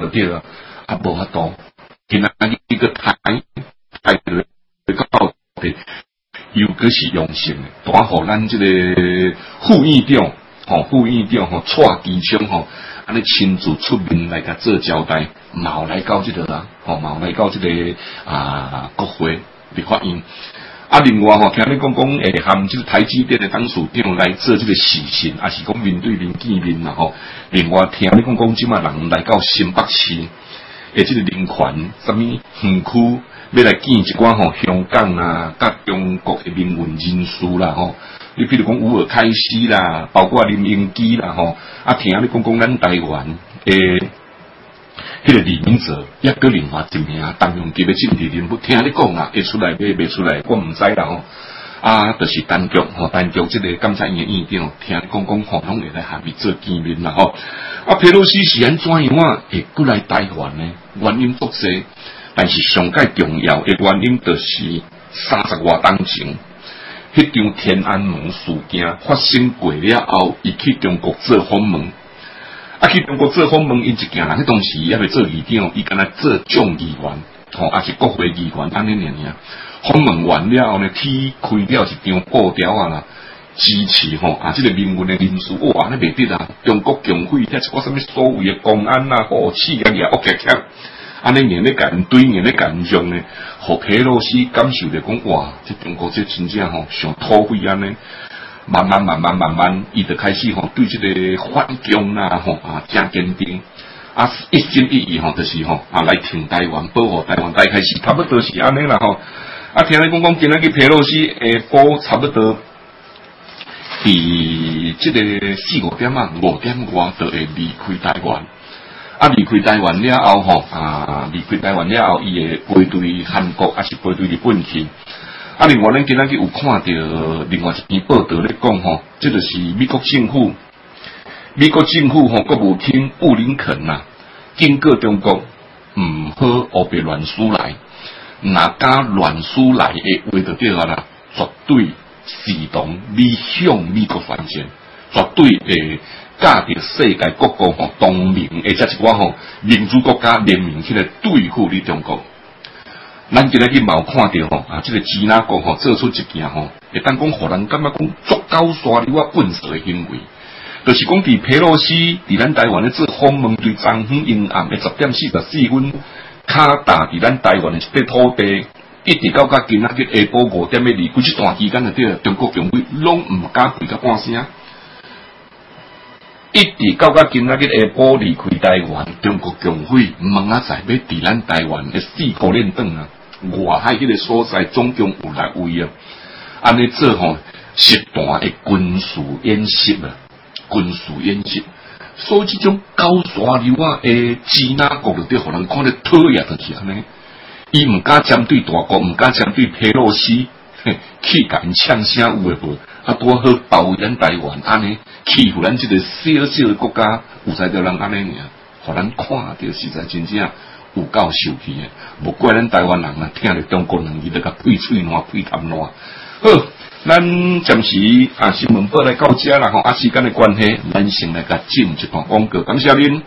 就对了，啊无法度，今仔日一个台到底又个是用心的，大互咱这个副院长，副院长蔡其昌安尼亲自出面来甲做交代，冇来到这个啦，冇来到这个国会立法院。另外听你讲含这个台积电的董事长来做这个视讯，也是讲面对面见面啦另外听你讲即马人来到新北市的这个人权什么园区，要来见一寡香港啊、甲中国的民运人士啦你比如讲乌尔开西啦，包括林英基啦听你讲咱台湾迄个李明哲也个另外一名，当用级的政治人物，听你讲会出来袂出来，我唔知啦就是单局这个监察院的院长，听你讲拢会来下面做见面啦佩洛西是安怎样会过来台湾呢？原因足多，但是上界重要的原因就是30多年前，迄场天安门事件发生过了后，伊去中国做访问。去中国做访问，因一件人，迄当时也未做议长，伊敢若做众议员，也是国会议员，安尼尔。访问完了后呢，踢开了一张布条啦，支持这个民运的人士，哇，安尼袂得啊！中国共匪遐一个什么所谓的公安啊，企业也恶极极，安尼硬咧甲人对硬咧甲人用呢，互佩洛西感受着讲，哇，这中国这真正上土匪安尼。慢慢，伊就开始对这个反共啦真坚定一心一意就是来挺台湾，保护台湾，大概是差不多是安尼啦听你讲今仔日佩洛西下差不多伫这个4、5点5点外就会离开台湾离开台湾了后伊会飞对韩国还是飞对日本去另外咱今仔日有看到另外一篇报道咧讲这就是美国政府国务卿布林肯警告中国唔好乌白乱输来，若敢乱输来的话就对啦，绝对视同你向美国宣战，绝对会架着世界各国同盟，或者一寡民主国家联名起来对付你中国。咱今仔日嘛有看到这个支那国做出一件会当讲互人感觉讲足够刷流笨手的行为，就是讲伫佩洛西伫咱台湾咧做访问，对昨昏阴暗的10点44分，卡踏伫咱台湾的一块土地，一直到今仔日下晡5点离开这段期间就对了，中国共匪拢唔敢开到半声。一直到今仔日下晡离开台湾，中国共匪问在要伫咱台湾的4个链段外海迄个所在总共有6位安尼做实弹的军事演习所以这种高沙流的支那国就对互人看得讨厌就是安尼，伊唔敢针对大国，唔敢针对佩洛西，去甲因呛声有诶无？多好保护咱台湾安尼，欺负咱这个小小的国家，有才着人安尼尔，互咱看着实在真正有够受气诶！无怪咱台湾人听着中国人，伊就甲配喙烂、配痰烂。好，咱暂时新闻报来到这啦时间的关系，咱先来甲进一段广告，感谢您。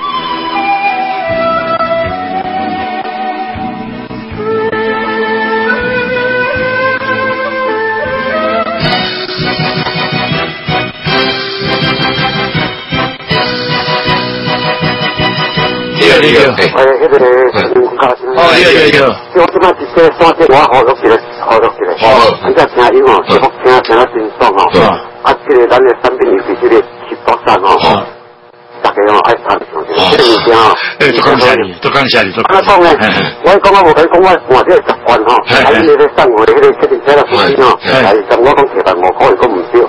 迄个民工教师。我即摆直接线这我学录起来。你只声音节目听得真爽这个咱的产品尤其是这个七宝山大家爱参这个物件都感谢你。 啊，讲咧，我讲我无甲你讲，我换这个习惯你咧送我迄个确定车啦，司机但是我讲其实我可能讲唔少。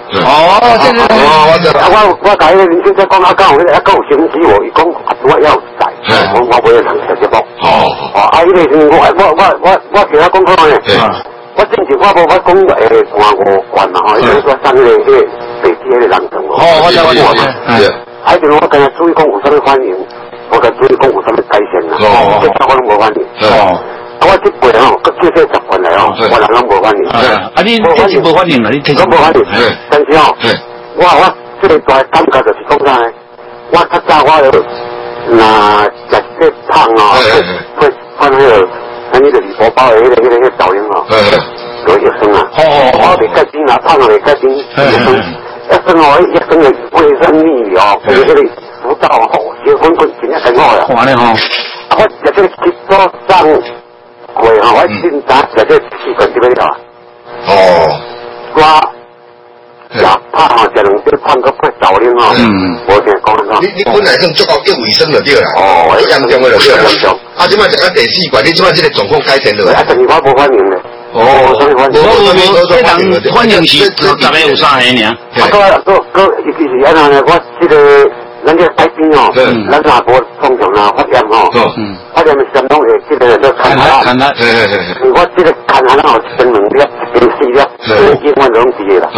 我甲迄个年轻仔讲讲有星期伊讲我要在，我袂人直接讲。迄个是我其他讲讲咧，我之前我讲换5罐因为我送迄个北极迄个人城我知就我跟他注意讲有啥物反应，我跟注意讲有啥物改善啦，这我拢无反应。我这辈这10罐来我人拢无反应。 你这是无反应啦，你拢无反应。但是我这个大感觉就是讲啥呢？我较早我就若食这胖哦，会那个那个铝箔包的那个导音哦，有一声啊，我没盖金啊，胖了没盖金，一声哦，一声的卫生棉哦，那个辅导哦，结婚滚真正很好呀。 完了哈， 我在这去做上会哈，我经常在这气管这边啊。我也怕哈，这两天胖个快倒了哈。我听讲哈。 你本来算足够叫卫生就对啦。严重的就对啦。啊，即摆食到第四罐，你即摆这个状况改善了。 啊，但是我无反应咧。 这人反应是大概有啥个呢？ 是安那呢？我这个咱这海边哦，咱那国通常啊发炎哦，发炎的相当于这个叫看下，我这个看下哦，分两粒，一根四粒，基本拢是啦。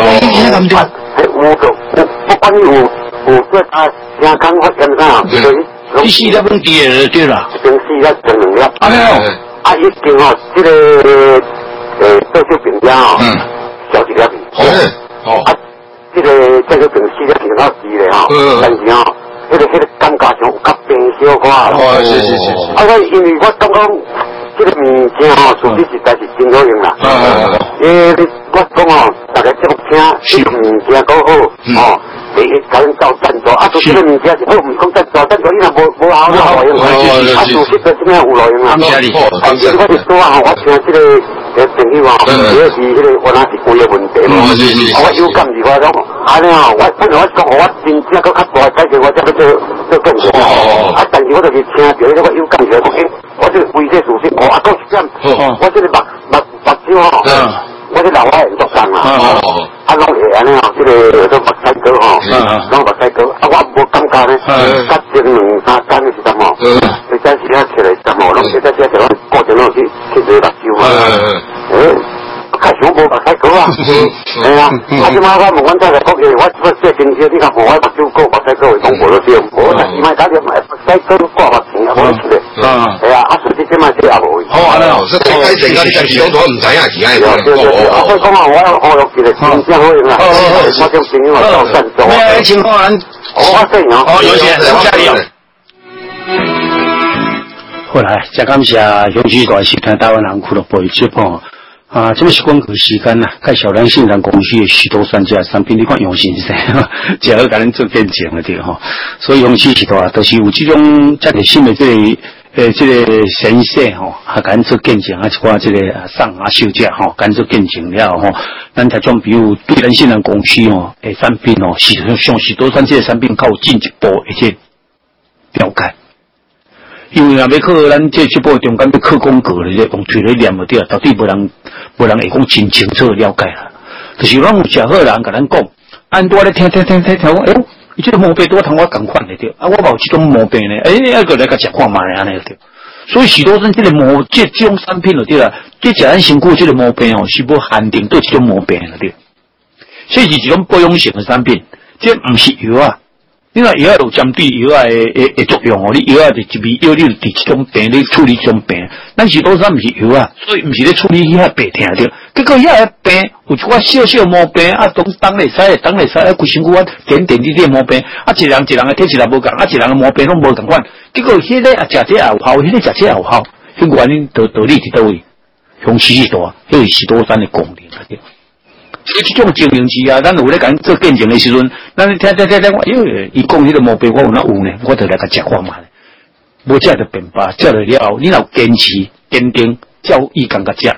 不管有这啊，香港发炎啥， 第四粒拢低了对啦， 一根四粒，分两粒。 啊没有， 啊已经哦，这个做小病家哦，小一粒。啊，这个做小病四粒挺好治的哈，但是哦。那个感觉上有较变小寡咯。 是。 啊，我因为我感觉这个物件吼，属实实在是真好用啦。我讲哦，大家这么听，这个物件够好，哦，你甲人搞赞助，啊，做这个物件是好，唔讲赞助，你若无好路用，啊，属实在怎样有路用啊？啊，因为我是说啊，我听这个朋友啊，主要是那个我那是贵的问题嘛，我有感是我讲，安尼啊，我本来我讲我真正搁较大解决我这个做更多，啊，但是我就是听到那个我有感觉，我这个为这属实，啊，到时间，我这个目睭哦。我这老外很多人啊，拢会安尼哦，这个都目屎膏吼，拢目屎膏，啊，我无感觉呢，甲前2、3天是啥吼，你暂时啊起来啥吼，拢现在这个过程拢去洗目睭嘛，开始无目屎膏啊，系啊，啊，即摆我问阮这个国语，我这真少，你看我目睭膏、目屎膏会讲无了少，无，但是卖打点目屎膏挂目前啊无出来，系啊，啊，所以这卖这也无。 好啊，说最开始你暂时讲都唔知影是安尼。 我讲啊，我学习的真正好用啊！我叫朋友啊，到赞助。 咩情况人？ 我这样。 有钱，家里有。好来，再感谢永续大集团台湾人俱乐部的节目啊，这么是广告时间呐，介绍咱信任公司的许多专家产品，你看用心噻，只好甲咱做见证了对吼。所以永续是多，都是有这种这个新的这个神社吼，啊，敢做见证啊，一寡这个送啊收者吼，敢做见证了吼。咱台中比如对咱信任公司吼，诶，产品哦，是像许多咱这个产品较有进一步而且了解。因为若要靠咱这一步中间要靠广告咧，用嘴咧念无对，到底无人会讲真清楚了解啦。就是咱有食好人甲咱讲，按多咧听，哎呦，伊这个毛病多同我共款咧对，啊，我冇这种毛病咧，一个来甲食看嘛安尼对。所以许多咱这个这种产品了对啦，这食咱身躯这个毛病哦，是无限定对这种毛病了对。所以是一种保养型的产品，这唔是药啊。你若药有针对药的作用哦，你药就一味药你伫这种病你处理这种病，咱是多少唔是药啊，所以唔是咧处理遐病痛着。结果遐个病有一寡小小毛病啊，当会使，啊，规身躯啊点滴滴毛病，啊一人的体质也无共，啊一人的毛病拢无共款。结果迄个啊食这也有效，迄个食这也有效，迄原因道理伫倒位？雄起是大，迄是许多咱的功能啊对。所以这种经营期啊，咱有咧讲做见证的时阵，咱听，哎，伊讲迄个毛病我有哪有呢？我就来甲食看嘛。无食就变吧，食了了后，你若坚持坚定，照伊感觉食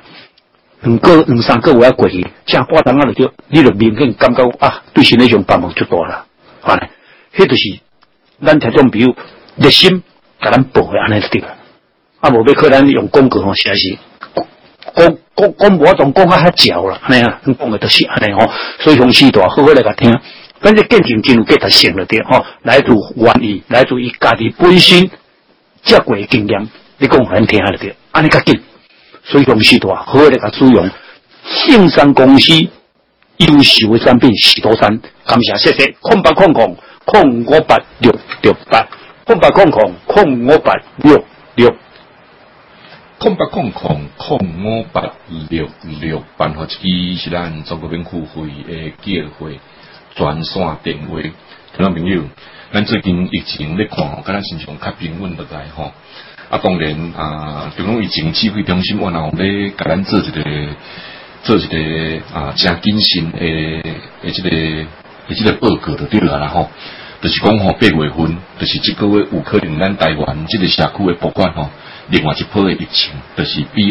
，2、3个月啊过去，食半当啊就你就明显感觉啊，对身体上帮忙就大啦。好咧，迄就是咱台中比如热心甲咱报的安尼就对啦。啊，无要靠咱用广告吼，实在是。讲无同讲较嚼啦，安尼啊，讲的都是安尼吼，所以从时代好好来甲听，反正见证真有价值性了对吼，来自愿意，来自伊家己本身接过经验，你讲互咱听了对，安尼较紧，所以从时代好好来甲使用，信山公司优秀的产品许多山，感谢谢谢，0800 058668 0800 058666。 0800 058666，办法一支是咱中国免付费的记会专线电话， 咱朋友，咱最近疫情咧看吼，敢若亲像较平稳落来吼。啊，当然啊，就讲疫情指挥中心，我然后咧甲咱做一个真谨慎这个报告就对了啦吼。就是讲吼，8月份，就是这个月有可能咱台湾这个社区的爆发吼，另外一波的疫情，就是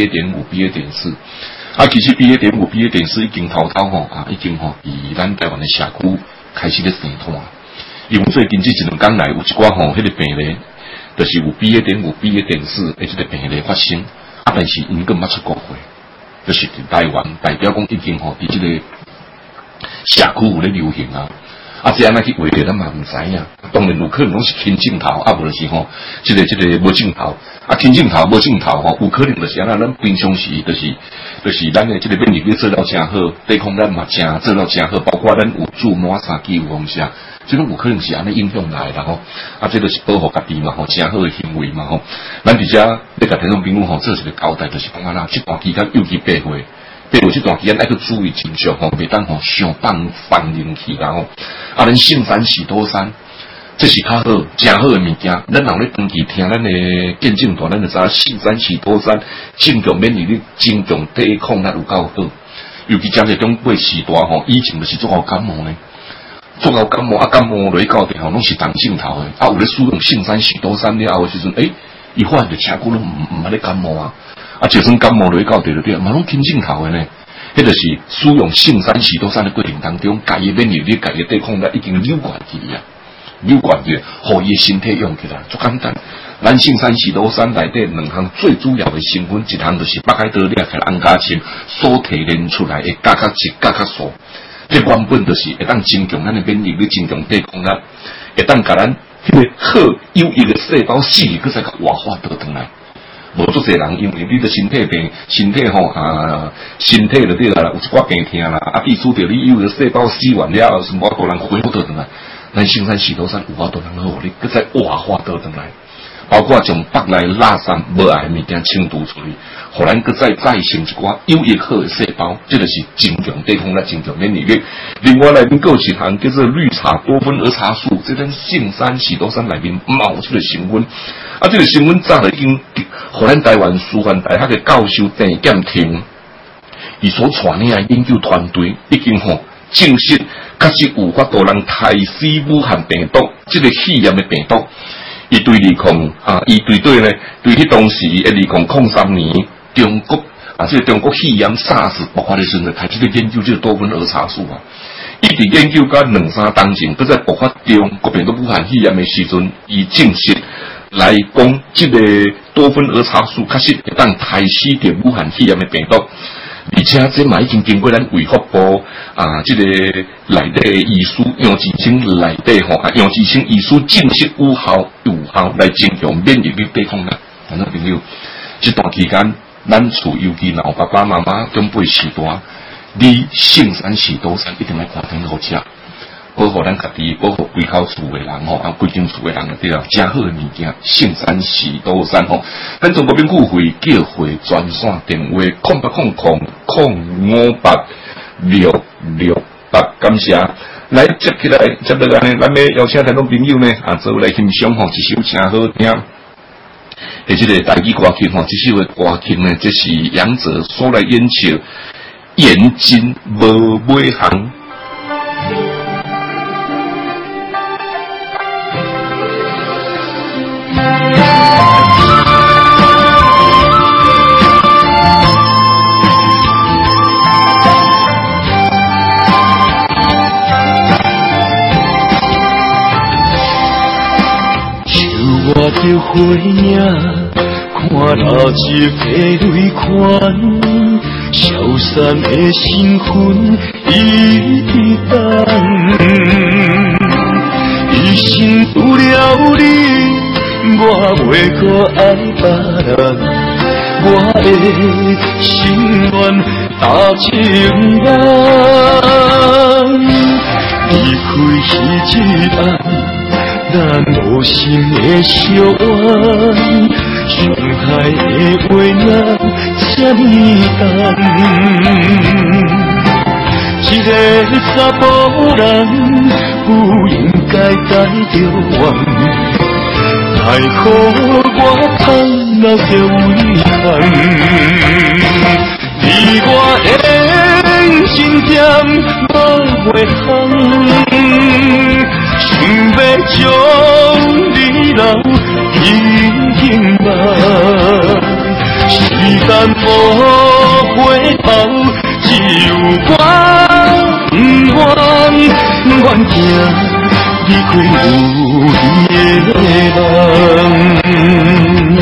BA.5、BA.4。啊，其实 BA.5、BA.4 已经偷吼已经伫咱台湾的社区开始咧生团。因为最近这2天来有一寡吼，迄个病例，就是有 BA.5、BA.4 的这个病例发生，啊，但是因佫毋捌出国会，就是台湾代表讲已经伫这个社区有咧流行啊。啊，这样去话题咱嘛唔知影，当然有可能拢是轻镜头，啊无就是吼，这个无镜头，啊轻镜头无镜头吼，有可能就是安那咱平常时就是咱的这个免疫力做到真好，抵抗咱嘛真做到真好，包括咱有注满3剂有无啥，这种有可能是安尼影响来啦吼，啊这就是保护家己嘛吼，真好的行为嘛吼，咱伫遮咧甲听众朋友吼做一个交代，就是讲安那这段期间尤其8月。比如这段时间，爱去注意情绪吼，袂当吼上放任去啦吼。啊，咱圣山喜多山，这是较好、真好的物件。咱若咧长期听咱的见证团，咱就知圣山喜多山增强免疫力、增强抵抗力有够好。尤其将这种过时代吼，以前就是做好感冒呢，做好感冒啊，感冒落去到底吼拢是动镜头的。啊，有咧使用圣山喜多山了后的时阵，伊发现着车骨拢唔捌咧感冒啊。啊，就算感冒落去到地就对，嘛拢轻镜头的呢。迄就是使用圣山喜多山的过程当中，家己免疫力、家己抵抗力已经扭转去啊，互伊身体用起来，足简单。咱圣山喜多山内底2项最主要的成分，一项就是北海道掠起安家青所提炼出来的甲壳质、甲壳素，这原本就是会当增强咱的免疫力、增强抵抗力，会当甲咱迄个好有益的细胞死去，佮再甲活化倒转来。无足侪人，因为你的身体病，身体就对啦，有一寡病痛啦，啊，必须着你有的细胞死完了后，是无多人恢复倒转来。咱圣山喜多山有法度人好，你佮再活化倒转来，包括从北来垃圾无爱的物件清除出去，互咱佮再生一寡有益好的细胞，这就是增强抵抗力、增强免疫力。另外内面佫有一项叫做绿茶多酚儿茶素，这咱圣山喜多山内面冒出的成分。啊，这个新闻早就已经，互咱台湾师范大学的教授郑建庭，伊所带领的研究团队已经证实，确实有法度人杀死武汉病毒，这个肺炎的病毒，伊对呢，对迄当时2003年中国这个中国肺炎 SARS 爆发的时候，开始咧研究这个多酚儿茶素啊。一直研究到2-3当前，佮在爆发中国病毒武汉肺炎的时阵，伊证实。来讲，这个多酚儿茶素确实会当杀死掉武汉肺炎的病毒，而且这嘛已经经过咱卫福部这个内底的医师杨志清内底杨志清医师证实有效来增强免疫力抵抗力。听众朋友，这段期间，咱厝尤其老爸爸妈妈长辈时代，你圣山喜多山一定要看天好吃。保护咱家己，保护规口厝的人规间厝的人对啦，真好的物件。圣山喜多山咱中国民故会叫会专线电话0800-558-668，感谢。来接起来，接落来呢，咱要邀请听众朋友呢做来欣赏一首真好听的这个台语歌曲这首的歌曲呢，这是杨泽所来演唱，眼睛无尾行。 我着花影，看老一飞泪款，消散的身份一等。一生除了你，我袂搁爱别人。我的心愿大情人，离开彼一暗。咱无心的相怨，伤害的话哪这么重？一个查甫人不用该带着怨，奈何我窗老着遗憾。离我的心点无袂通，想要将你留紧梦。时间无回头，只有我不愿行离开有你的梦。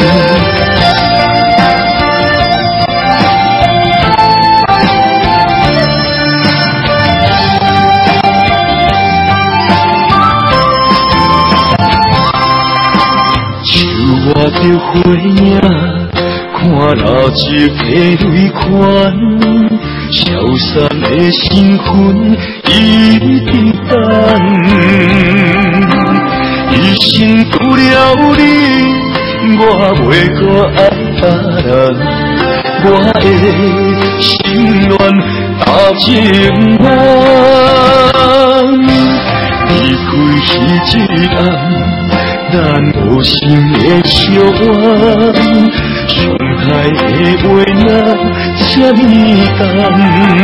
手握着花影，看老一批泪款，消散的身份一直等。一生除了你，我袂搁爱他人。我的心乱打情愿，离开是一暗。咱无心的相怨，伤害的话哪这么重？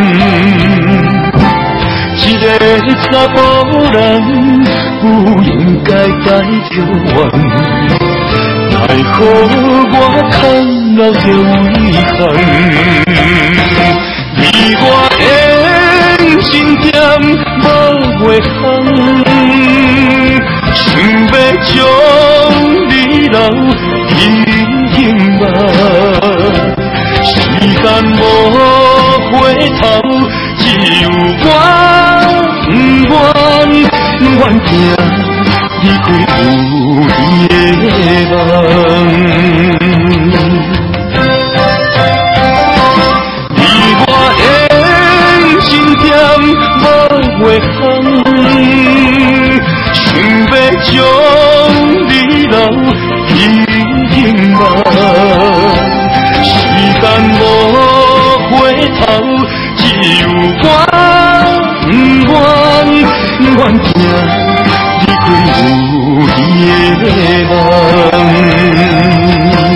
一个查甫人不应该带着怨，奈何我空留着遗憾。离我的心点无袂通。想要将你留紧梦，时间无回头，只有我不愿行离开有你的梦。离我的心点无袂通。想要将你留紧梦，时间无回头，只有我不愿行离开有你的梦。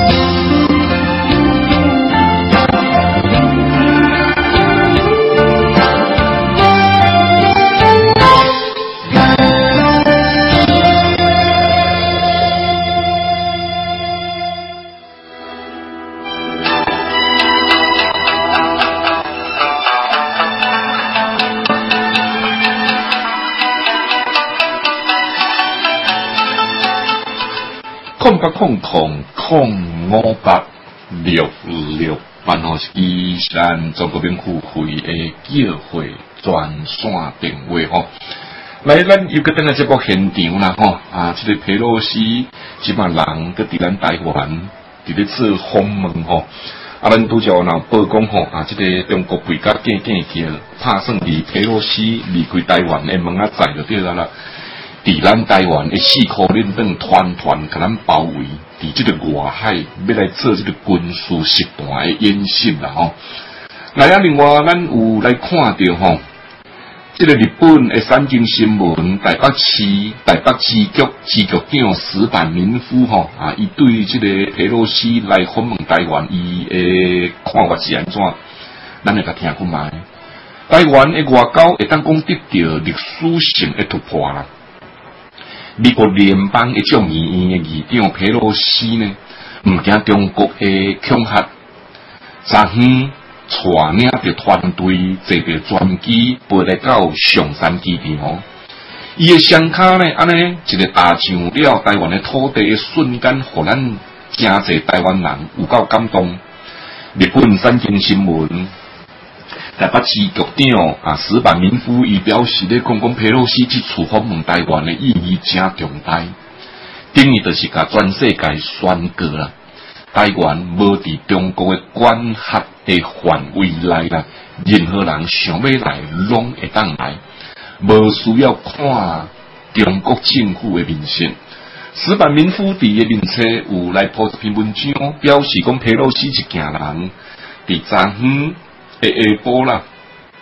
08005668是咱中国民付费的叫会专线电话吼。来，咱又搁等下节目现场啦吼这个佩洛西即马人搁伫咱台湾伫咧做访问吼咱拄则有报讲吼这个中国国家建叫拍算离佩洛西离开台湾的门仔载就对啦。伫咱台湾的4颗领导团甲咱包围，伫这个外海要来做这个军事实弹的演习啦吼。来另外咱有来看到吼，这个日本的产经新闻台北支局长石坂民夫吼伊对这个佩洛西来访问台湾伊的看法是安怎？咱来甲听看卖。台湾的外交会当讲得到历史性的突破啦。美国联邦的众议院的议长佩洛西呢，唔惊中国的恐吓，昨天带领着团队坐着专机飞来到上山机场，伊的双脚呢，安尼一个踏上了台湾的土地的瞬间，互咱真侪台湾人有够感动。日本产经新闻台北市局长石坂民夫伊表示咧，讲佩洛西这次访问台湾的意义真重大，等于就是甲全世界宣告啦，台湾无伫中国的管辖的范围内啦，任何人想要来拢会当来，无需要看中国政府的面色。石坂民夫伫嘅面册有来抛一篇文章，表示讲佩洛西一行人伫昨天下晡啦，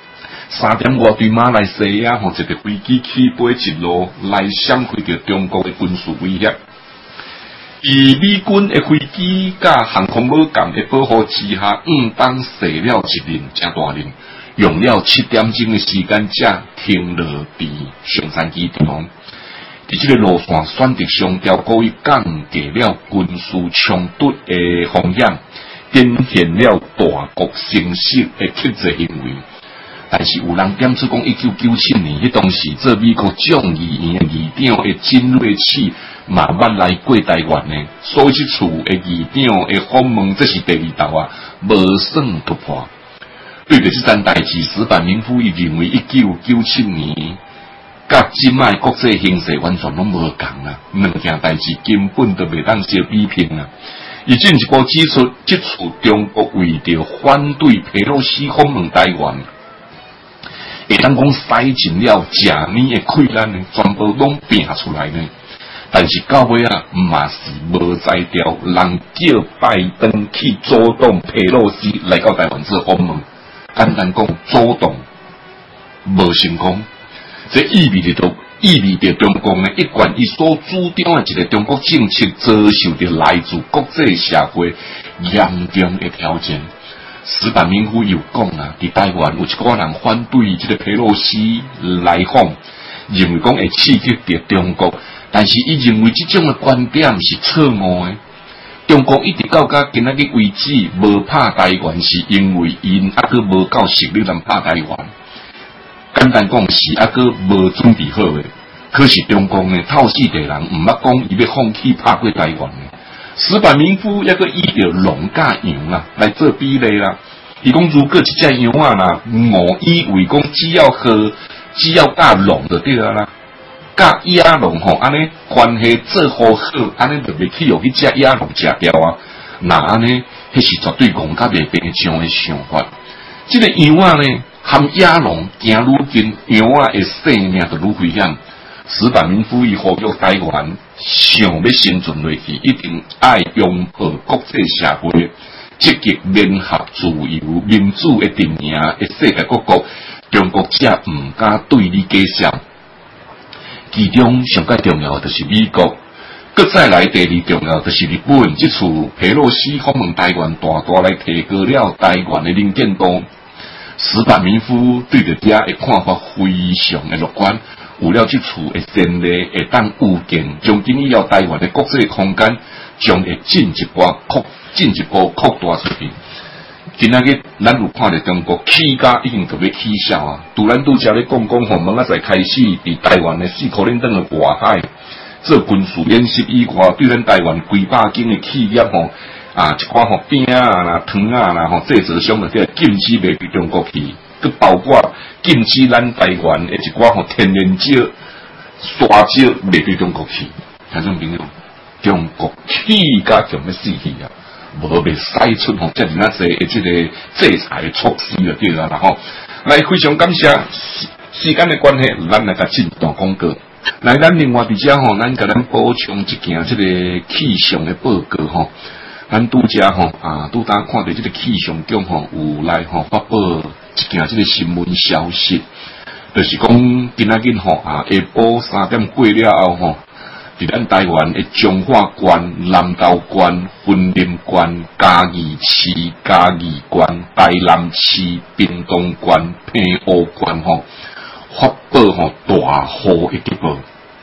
3點外對馬來西亞一個飛機起飛一路來閃開着中國的軍事威脅。而美軍的飛機甲航空母艦的保護之下，當射了一輪真大輪，用了7點鐘的時間才停落佇松山機場。伫這個路線選擇上調，故意降低了軍事衝突的風險，展現了大國成熟的克制行為。但是有人點出講，1997年迄當時，做美國眾議院的議長的金瑞氣嘛捌來過台灣呢，所以這次的議長的訪問，這是第2道啊，無算突破。對着這件代志，矢板明夫伊認為1997年甲即賣國際形勢完全攏無共啊，兩件代志根本都袂當相比拼啊。伊進一步指出，這次中國為着反對裴洛西訪問台灣，會當講使盡了正面的潰爛呢，全部攏拼出來呢。但是到尾啊，嘛是無才調，人叫拜登去阻擋裴洛西來到台灣做訪問，簡單講阻擋無成功。這意味着中國呢，一貫伊所主張的一個中國政策，遭受着來自國際社會嚴重的挑戰。矢板明夫又講啊，伫台灣有一寡人反對這個裴洛西來訪，認為講會刺激着中國，但是伊認為這種的觀點是錯誤的。中國一直到今仔日為止無拍台灣，是因為因還閣無夠實力來拍台灣。簡單講是還閣無準備好嘅。可是中國呢，透視地人唔捌講伊要放棄拍過台灣嘅。矢板明夫抑閣依着龍甲羊啦來做比例啦。伊講如果一隻羊啊啦，我以為講只要甲龍就對啦，甲野龍吼安尼關係做好好，安尼就袂去互去隻野龍食掉啊。那安尼，迄是絕對講甲袂平常嘅想法。這個羊啊呢，含野龍行愈近，羊啊嘅性命就愈危險。矢板明夫伊呼籲台灣想要生存落去，一定愛擁抱國際社會積極聯合自由民主的陣營的世界各國，中國才唔敢對你假笑。其中上較重要就是美國，閣再來第2重要就是日本。這次裴洛西訪問台灣，大大來提高了台灣的能見度。矢板明夫對着這的看法非常的樂觀。有了這次的先例，會當預見，從今以後台灣的國際空間將會進一步擴大出去。今仔日咱有看到中國起價已經特別起效啊！拄咱拄則咧講吼，明仔載開始佇台灣的4口令等嘅外海做軍事演習以外，對咱台灣幾百間嘅企業吼一寡吼餅啊啦、糖啊啦吼製造商嘅禁止賣俾中國去。佮包括禁止咱台灣的一寡吼天然石、沙石賣對中國去，聽眾朋友，中國起價就要死去啊！無袂使出吼，遮爾那濟的這個制裁的措施就對啦吼。來，非常感謝時間的關係，咱來甲進段廣告。來，咱另外佇遮吼，咱甲咱補充一件這個氣象的報告吼。咱拄遮吼拄當看到這個氣象局吼有來吼發布一件這個新聞消息，就是講今仔日吼下晡3點過了後吼，佇咱台灣的彰化縣、南投縣、雲林縣、嘉義市、嘉義縣、台南市、屏東縣、平湖縣吼發布吼大雨的特報，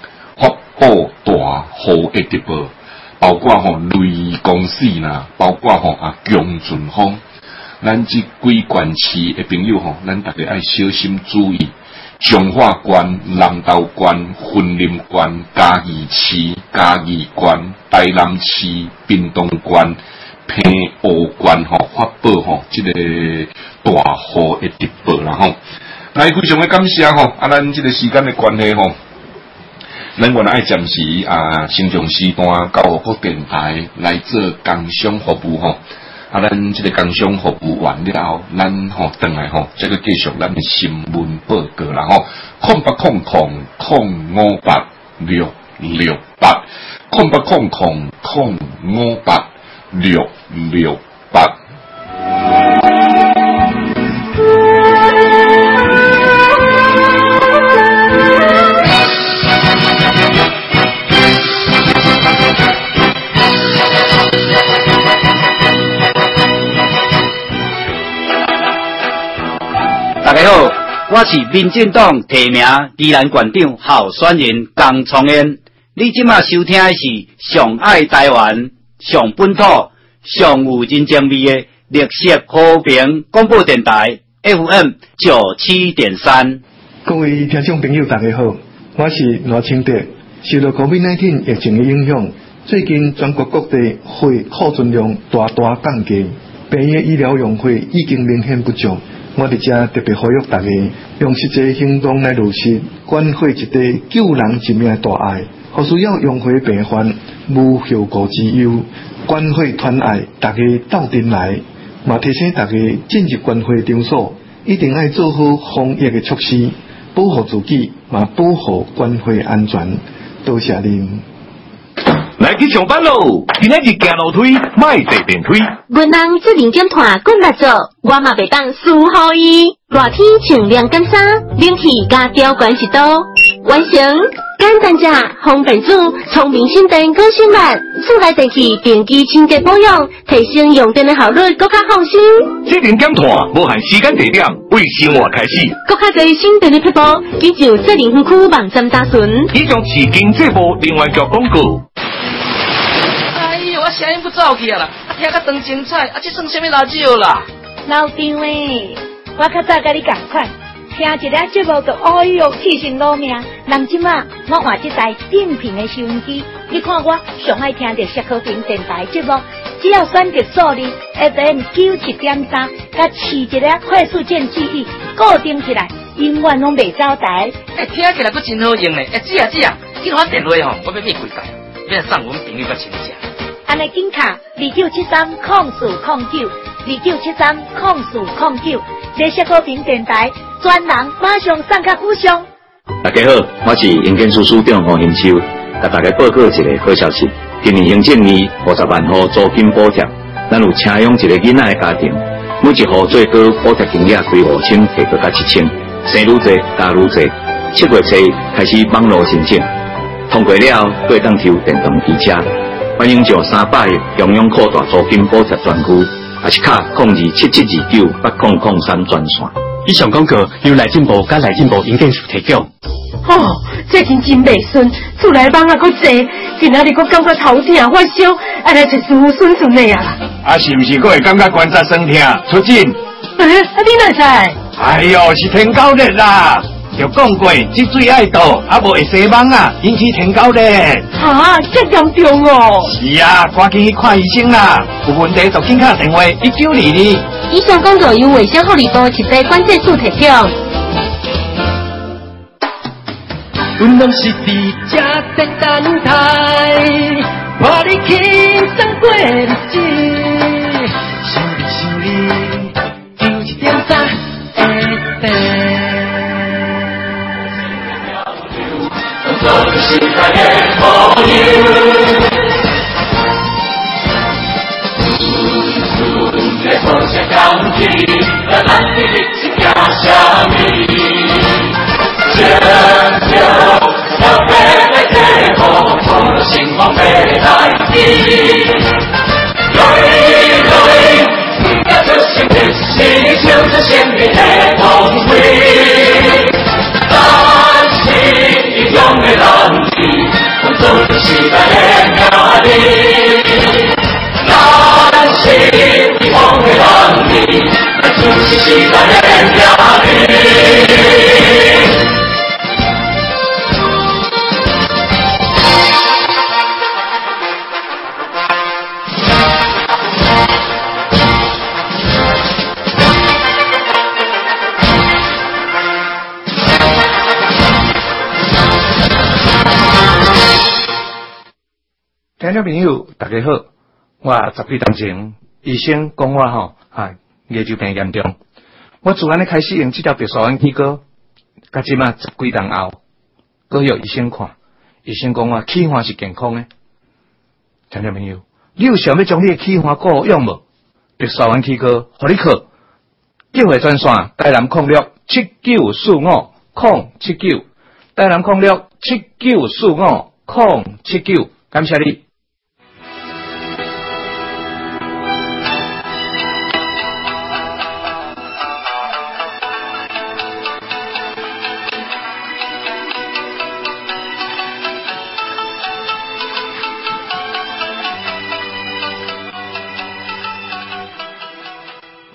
包括吼雷公勢啦，包括吼強陣風，咱這幾縣市的朋友吼，咱大家愛小心注意。彰化縣、南投縣、雲林縣、嘉義市、嘉義縣、台南市、屏東縣、平湖縣吼發布吼這個大雨的特報啦吼。來，非常的感謝吼，咱這個時間的關係吼。咱原來愛暫時先從時段交予各電台來做工商服務吼，咱這個工商服務完了後，咱吼轉來吼，這個繼續咱的新聞報告啦吼，0800-058-668。 我是民进党提名宜兰县长候选人江聪燕。你即马收听的是上爱台湾、上本土、上有人情味的绿色和平广播电台 FM97.3。 各位听众朋友，大家好，我是罗清德。受到 COVID-19 疫情的影响，最近全国各地血库存量大降低，病院医疗用血已经明显不足。我伫遮特别呼吁大家，用实际行动来落实捐血一地救人一命大爱。互需要用血病患无后顾之忧，捐血团爱，大家斗阵来。嘛提醒大家进入捐血场所，一定要做好防疫的措施，保护自己，嘛保护捐血安全。多谢您。 来去上班喽！今仔日行楼梯，莫坐电梯。 阮人责任减团滚来做，我嘛袂当输予伊。热天穿凉感衫，冷气加调管一度，完成。简单食，方便煮，聪明省电，更省力。厝内电器定期清洁保养，提升用电的效率，更加放心。 责任减团，无限时间地点，为生活开始。 更加侪省电的撇步，请上责任分区网站查询。 以上是经济部另外做广告。 我声音不走去啦，听较当精彩，这算什么垃圾啦？ 老张诶，我较早甲你共款，听一个节目就哎哟气成老命。人即马我换这台定频的收音机，你看我上爱听着石可平电台节目，只要选择数字 FM97.3，甲试一个快速键记忆，固定起来，永远拢袂走台。 听起来佫真好用咧！姊啊，去换电话吼，我要买几台，要送阮朋友甲亲戚。 安尼紧卡29730409，29730409，这石可平电台专人马上送较久上。 大家好，我是营建署署长黄兴秋，甲大家报告一个好消息。今年行政年50万户租金补贴，咱有请养一个囡仔的家庭，每一户最高补贴金额规5000，提高到7000，生愈济加愈济。7月初开始网络申请，通过了可以当抽电动机车。欢迎上300亿中央扩大租金补贴专区，也是卡0277298003专线。 以上广告由内政部甲内政部营建署提供。 最近真袂顺，厝内网啊，搁济，今仔日搁感觉头痛发烧，安尼就顺的啊。 是毋是搁会感觉关节酸痛出诊？ 你哪知？ 哎呦，是天狗热啦！就讲过，这水爱倒，无会洗网啊，引起天狗热。 这严重哦！ 是啊，赶紧去看医生啦！有问题就紧打电话1922。 以上工作由卫生福利部一地管制署提供。 阮拢是伫这等等待，我你轻松过日子，想你91.3 FM。都是在的朋友，在风险降低，咱的力气加下米，拯救要飞来最后，从星光飞来的，累，那就是你心就是鲜明的光辉。用的人力，我都是在哪里？那是用的人力，那就是在哪里？ 听众朋友，大家好，我10几年前医生讲我牙周病严重，我自然咧开始用这条特殊元气膏，甲即马10几年后，搁约医生看，医生讲我气管是健康的。听众朋友，你有想要将你的气管顾用无？特殊元气膏，互你靠，叫回专线台南0679450079，台南0679450079，感谢你。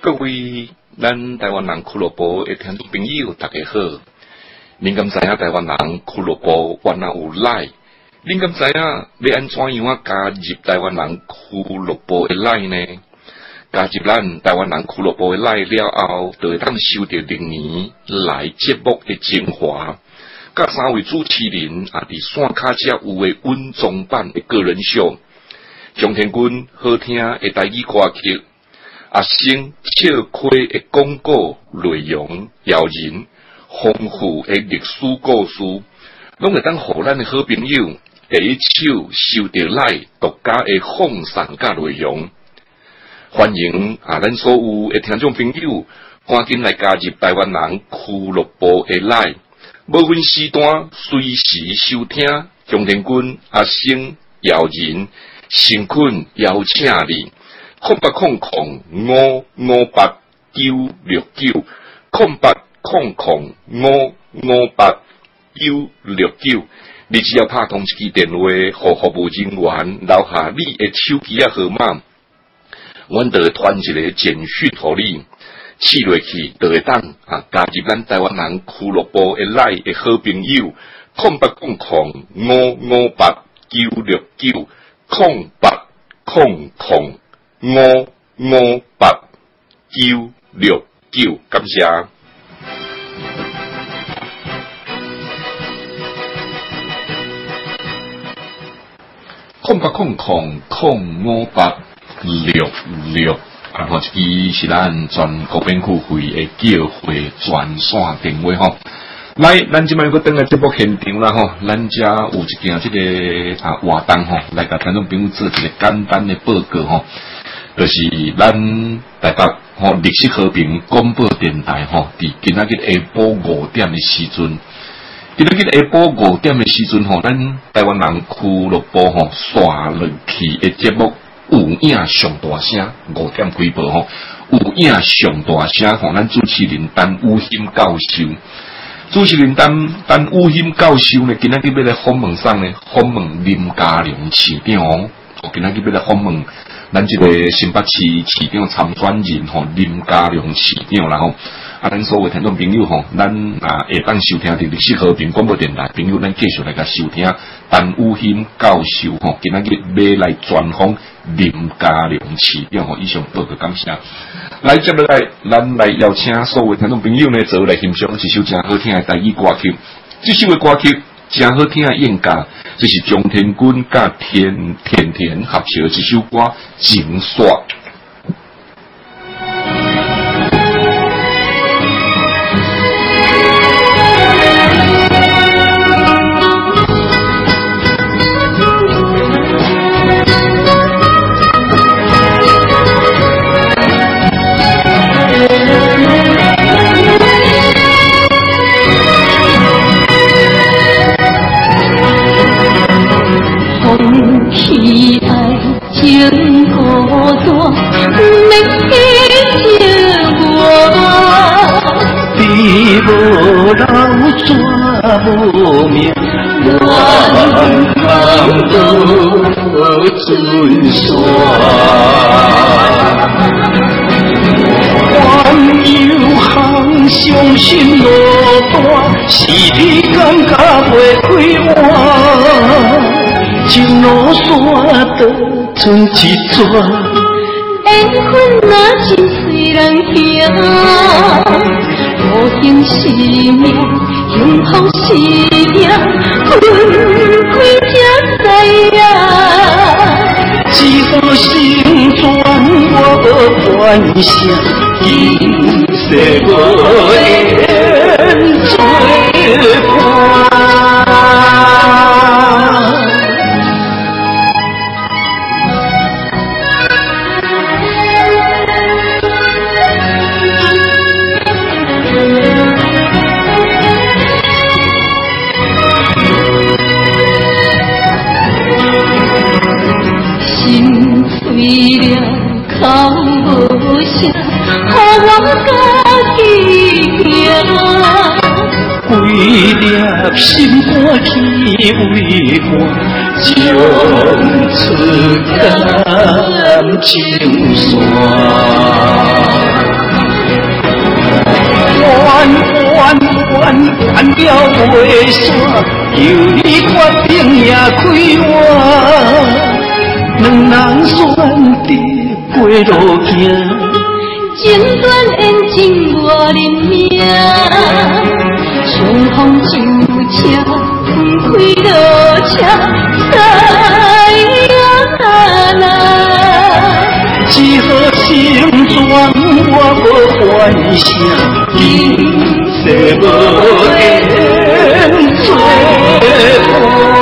各位咱台湾人俱乐部的听众朋友，大家好！恁敢知影台湾人俱乐部原来有赖？恁敢知影要安怎样啊加入台湾人俱乐部的赖呢？加入咱台湾人俱乐部的赖了后，就会当收到历年来节目的精华，甲3位主持人伫线卡遮有的稳重版的个人秀，张天军好听的台语歌曲。阿星笑开的广告内容谣言，丰富的历史故事，拢会当互咱的好朋友第一手收到来独家的放送甲内容。欢迎咱所有的听众朋友，赶紧来加入台湾人俱乐部的来，无分时段随时收听张天军、阿星、谣言、诚恳邀请你。0800558969 0800558969，你只要拍通一支电话，互服务人员留下你的手机号码，阮就会传一个简讯互你，试落去就会当加入咱台湾人俱乐部的来的好朋友，0800558969 0800558969，感谢。0800558666，然后这是咱全国免付费的叫会专线电话吼。来，咱即摆又登来节目现场啦吼，咱遮有一件这个活动吼，来甲听众朋友做一个简单的报告吼，就是咱台北吼历史和平广播电台吼，伫今仔日下晡5点的时阵，今仔日下晡5点的时阵吼，咱台湾人俱乐部吼刷落去的节目有影上大声，5点开播吼，有影上大声吼，咱主持人陈武兴教授。主持人陈武兴教授呢，今仔日要来访问上呢，访问林佳龙市长哦。今仔日要来访问咱这个新北市市长参选人吼，林佳龙市长啦吼。咱所有听众朋友吼，咱会当收听伫历史和平广播电台朋友，咱继续来甲收听陈武兴教授吼，今仔日要来专访林佳龙市长吼，以上报告感谢。来，接落来，咱来邀请所有听众朋友呢，做来欣赏一首真好听的台语歌曲。这首的歌曲真好听的演歌，这是张天军甲田合唱的一首歌《情煞》。 喜爱情孤单，免去寂寞。地无老stra无命，远看无春山。还有行伤心落单，是你感觉袂开换。情路线倒剩一撮，缘分若真随人行，无形是命，幸福是命，分开才知影。只好心酸，我无怨声，今世无缘做伴。为了口无声，予我家己行。规粒心肝去为我，将出感情线。 飞山，求你决定也开我。两人选择过路行， 情断缘情我认命，相逢就车，分开路车，知影啦。 只好心酸，我无还声，今世无缘做伴。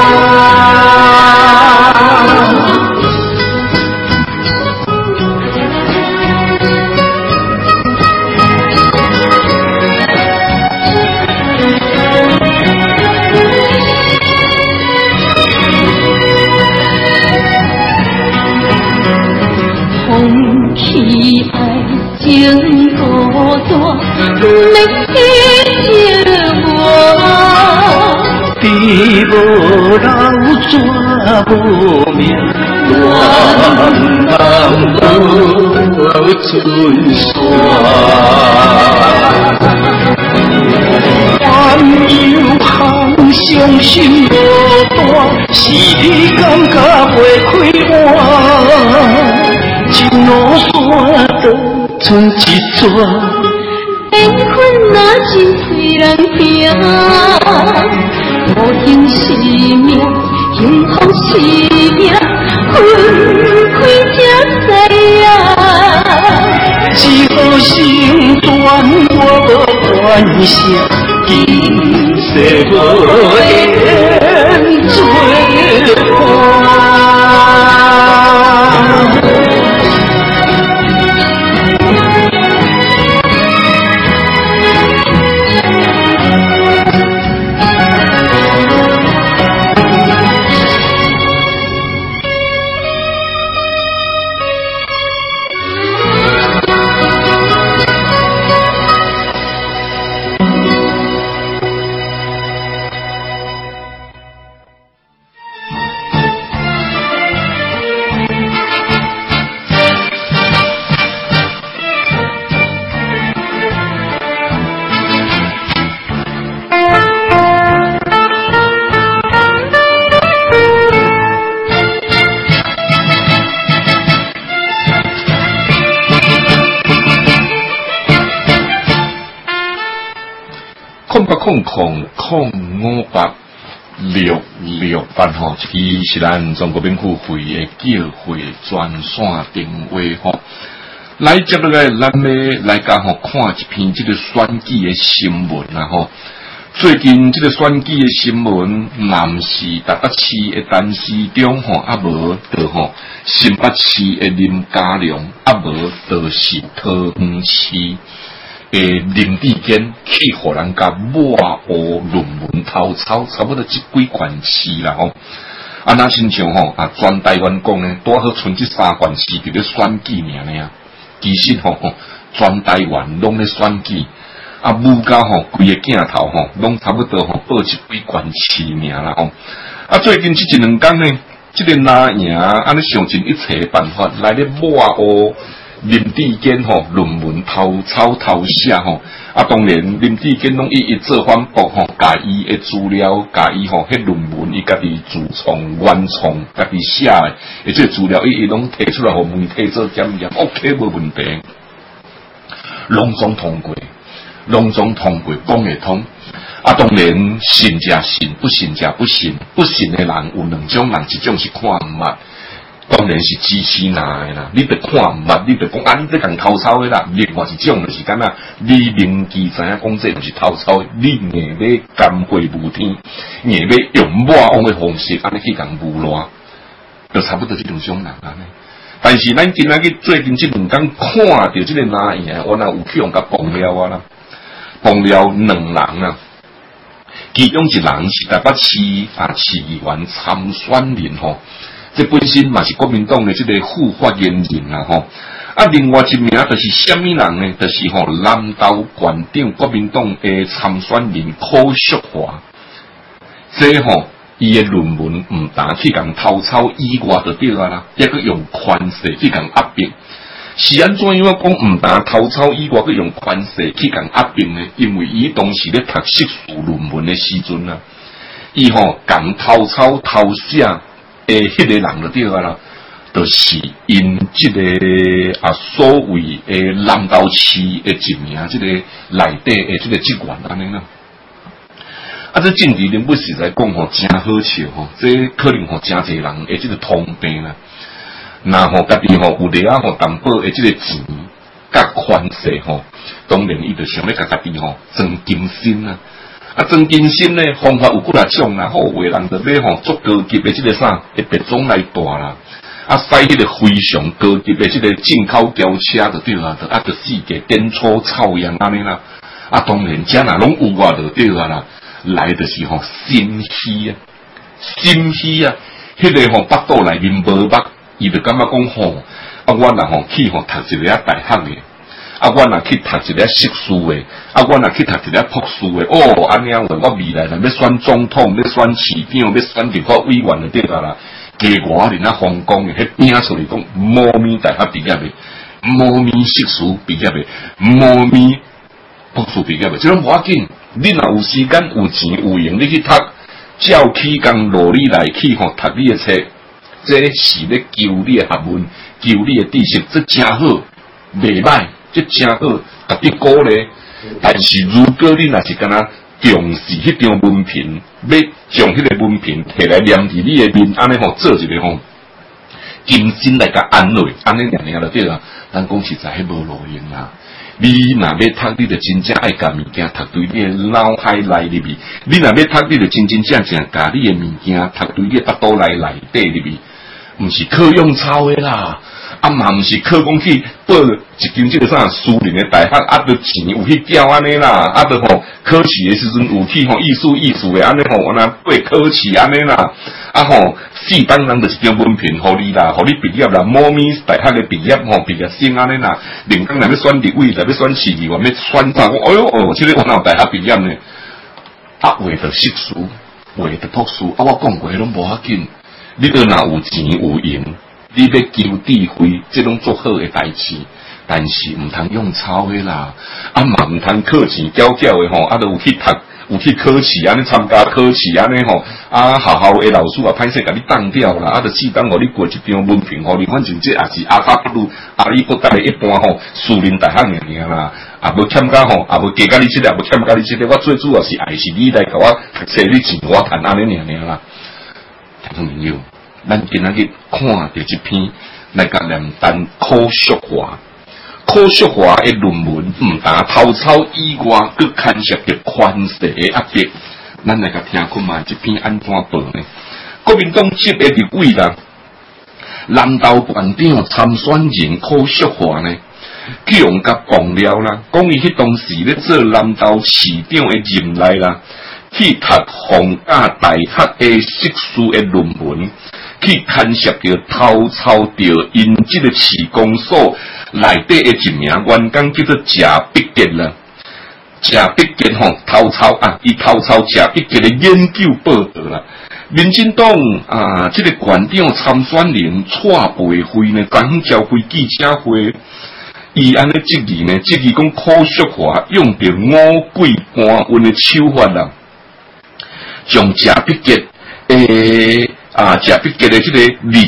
情孤单，不能记着我。 地无老纸无命，乱梦无春山。万有行伤心无断，是你感觉袂开我。情路线倒剩一撮， 缘分若真随人行，无情是命，幸福是命，分开才知影。 只好心断，我无还声，今世无缘做伴。 08005668吼，这是咱中国民主会的叫会专线电话吼。来接落来，咱要来甲吼看一篇这个选举的新闻啦吼。最近这个选举的新闻，南市台北市的陈时中吼，啊无到吼新北市的林佳龙，啊无到是桃园市林志坚去互人家抹黑论文偷抄，差不多这几县市啦吼。啊，那亲像吼全台湾讲呢，拄好剩这3县市伫咧选举尔呢啊。其实吼全台湾拢咧选举，啊，母家吼规个镜头吼，拢差不多吼报这几县市尔啦吼。啊，最近这一两天呢，这个拿赢安尼想尽一切的办法来咧抹黑林志坚吼论文偷抄偷写吼，啊当然林志坚拢一做反驳吼，甲伊的资料，甲伊吼迄论文伊家己自创原创，家己写的，而且资料伊拢提出来互媒体做检验 ，OK 无问题，拢总通过，讲会通。啊，当然信者信，不信者不信，不信的人有两种人，一种是看唔捌。当然是支持拿的啦，你得看唔捌，你得讲啊，你这讲偷抄的啦。另外一种就是干啊，你明记知影讲这不是偷抄，你硬要干会无天，硬要用抹黑的方式安尼去讲污烂，就差不多这两种人安尼。但是咱今仔日最近这两天看到这个哪样，我那有去用甲爆料啊啦，爆料两人啊，其中一人是台北市市议员参选人吼。这本身嘛是国民党的这个副发言人啦吼，啊，另外一名就是什么人呢？就是南投县长国民党的参选人柯淑华，这伊的论文唔但去共偷抄以外就对啦，抑个用权势去共压迫， 是安怎样讲唔打偷抄以外，佮用权势去共压迫呢？因为伊当时咧读硕士论文的时阵啊，伊共偷抄偷写迄个人就对啦，就是因即个所谓南投市的一名即个内底的即个职员安尼啦。这政治人物实在讲真好笑这可能真侪人的即个通病啦。那家己有咧担保的即个钱甲权势当然伊就想要甲家己装金身啊。装金身呢方法有几啊种啦，有的人就要足高级的即个啥会别种来带啦。使迄个非常高级的即个进口轿车就对啦，就世界点草草样安尼啦。当然遮若拢有就对啦。来就是心虚啊，心虚啊，迄个腹肚内面无肉，伊就感觉讲我若去读一个大学的，我若去读一个硕士的，我若去读一个博士的，安尼样我未来若要选总统，要选市长，要选立法委员就对啦。加我人香港的，迄拼出来讲，无咪大学毕业的，无咪硕士毕业的，无咪博士毕业的，这种无要紧。你若有时间、有钱、有闲，你去读，照起工努力来去读你的册，这是咧求你的学问、求你的知识，这真好，袂歹，这真好，特别鼓励。但是如果你若是敢若重视迄张文凭，要将迄个文凭摕来念伫你的面，安尼做一个金身来甲安慰，安尼样就对啦。咱讲实在迄无路用啦。你若要读，你就真正爱甲物件读对你的脑海内里面；你若要读，你就真正甲你的物件读对你的腹肚内底里面，毋是靠用抄的啦，嘛毋是靠讲去报一间即个啥私人的大学，就钱有去缴安尼啦，就考试的时阵有去意思的安尼安那过考试安尼啦，四班人就是张文凭，互你啦，互你毕业啦，某咪大学的毕业毕业生安尼啦，另工来要选立委，来要选市议员，要选啥？这个我哪有大学毕业呢？为着硕士，为着博士，我讲过拢无要紧。你若有钱有闲，你要求智慧，这种做好的代志，但是唔通用抄的啦，嘛唔通靠钱缴的都有去读。有去考试安尼参加考试安尼学校的老师歹势甲你当掉啦，就适当互你过一张文凭，互你反正这也是阿萨布鲁阿里不达的一般私人大学尔啦，无欠甲也无加甲你这个，也无欠甲你这个，我最主要是爱是你来甲我读册，你钱我赚安尼尔啦。听众朋友，咱今仔日看到这篇来甲念单科学化。科学化的论文唔但偷抄以外，佮牵涉着权势的压迫。咱来甲听看嘛，这篇安怎报呢？国民党籍的立委啦，南投县长参选人科学化呢，强甲爆料啦，讲伊迄当时咧做南投市长的任内啦，去读逢甲大学的硕士的论文。去牵涉着偷抄着因这个市公所内底的一名员工叫做谢必杰啦，谢必杰偷抄伊偷抄谢必杰的研究报道啦。民进党这个县长参选人蔡培慧呢，刚召开记者会，伊安尼质疑呢，质疑讲科学化用着五鬼搬运的手法啦，将谢必杰谢必杰的这个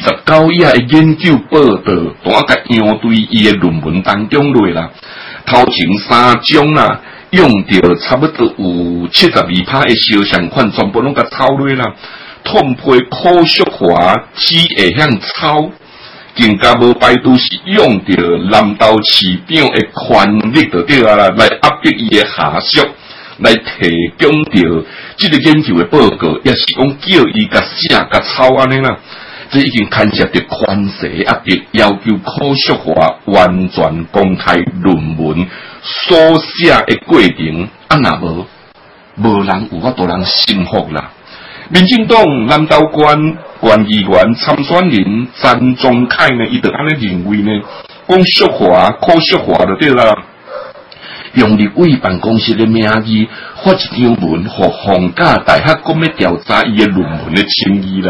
29页的研究报道，当甲样对伊的论文当中落啦，头前3章啦，用着差不多有72%的肖像款，全部拢甲抄落啦。痛批科学化只会向抄，更加无排除是用着南投市长的权力就对啦，来压迫伊的下属。来提供着这个研究的报告，也是讲叫伊甲写甲抄安尼啦，这已经牵涉着权势压迫，要求科学化完全公开论文所写的过程，若无人有法度人信服啦。民进党南投县议员参选人詹宗凯呢，伊就安尼认为呢，讲科学化就对啦。用立委办公室的名义发一张文，互逢甲大学讲要调查伊的论文的情谊啦。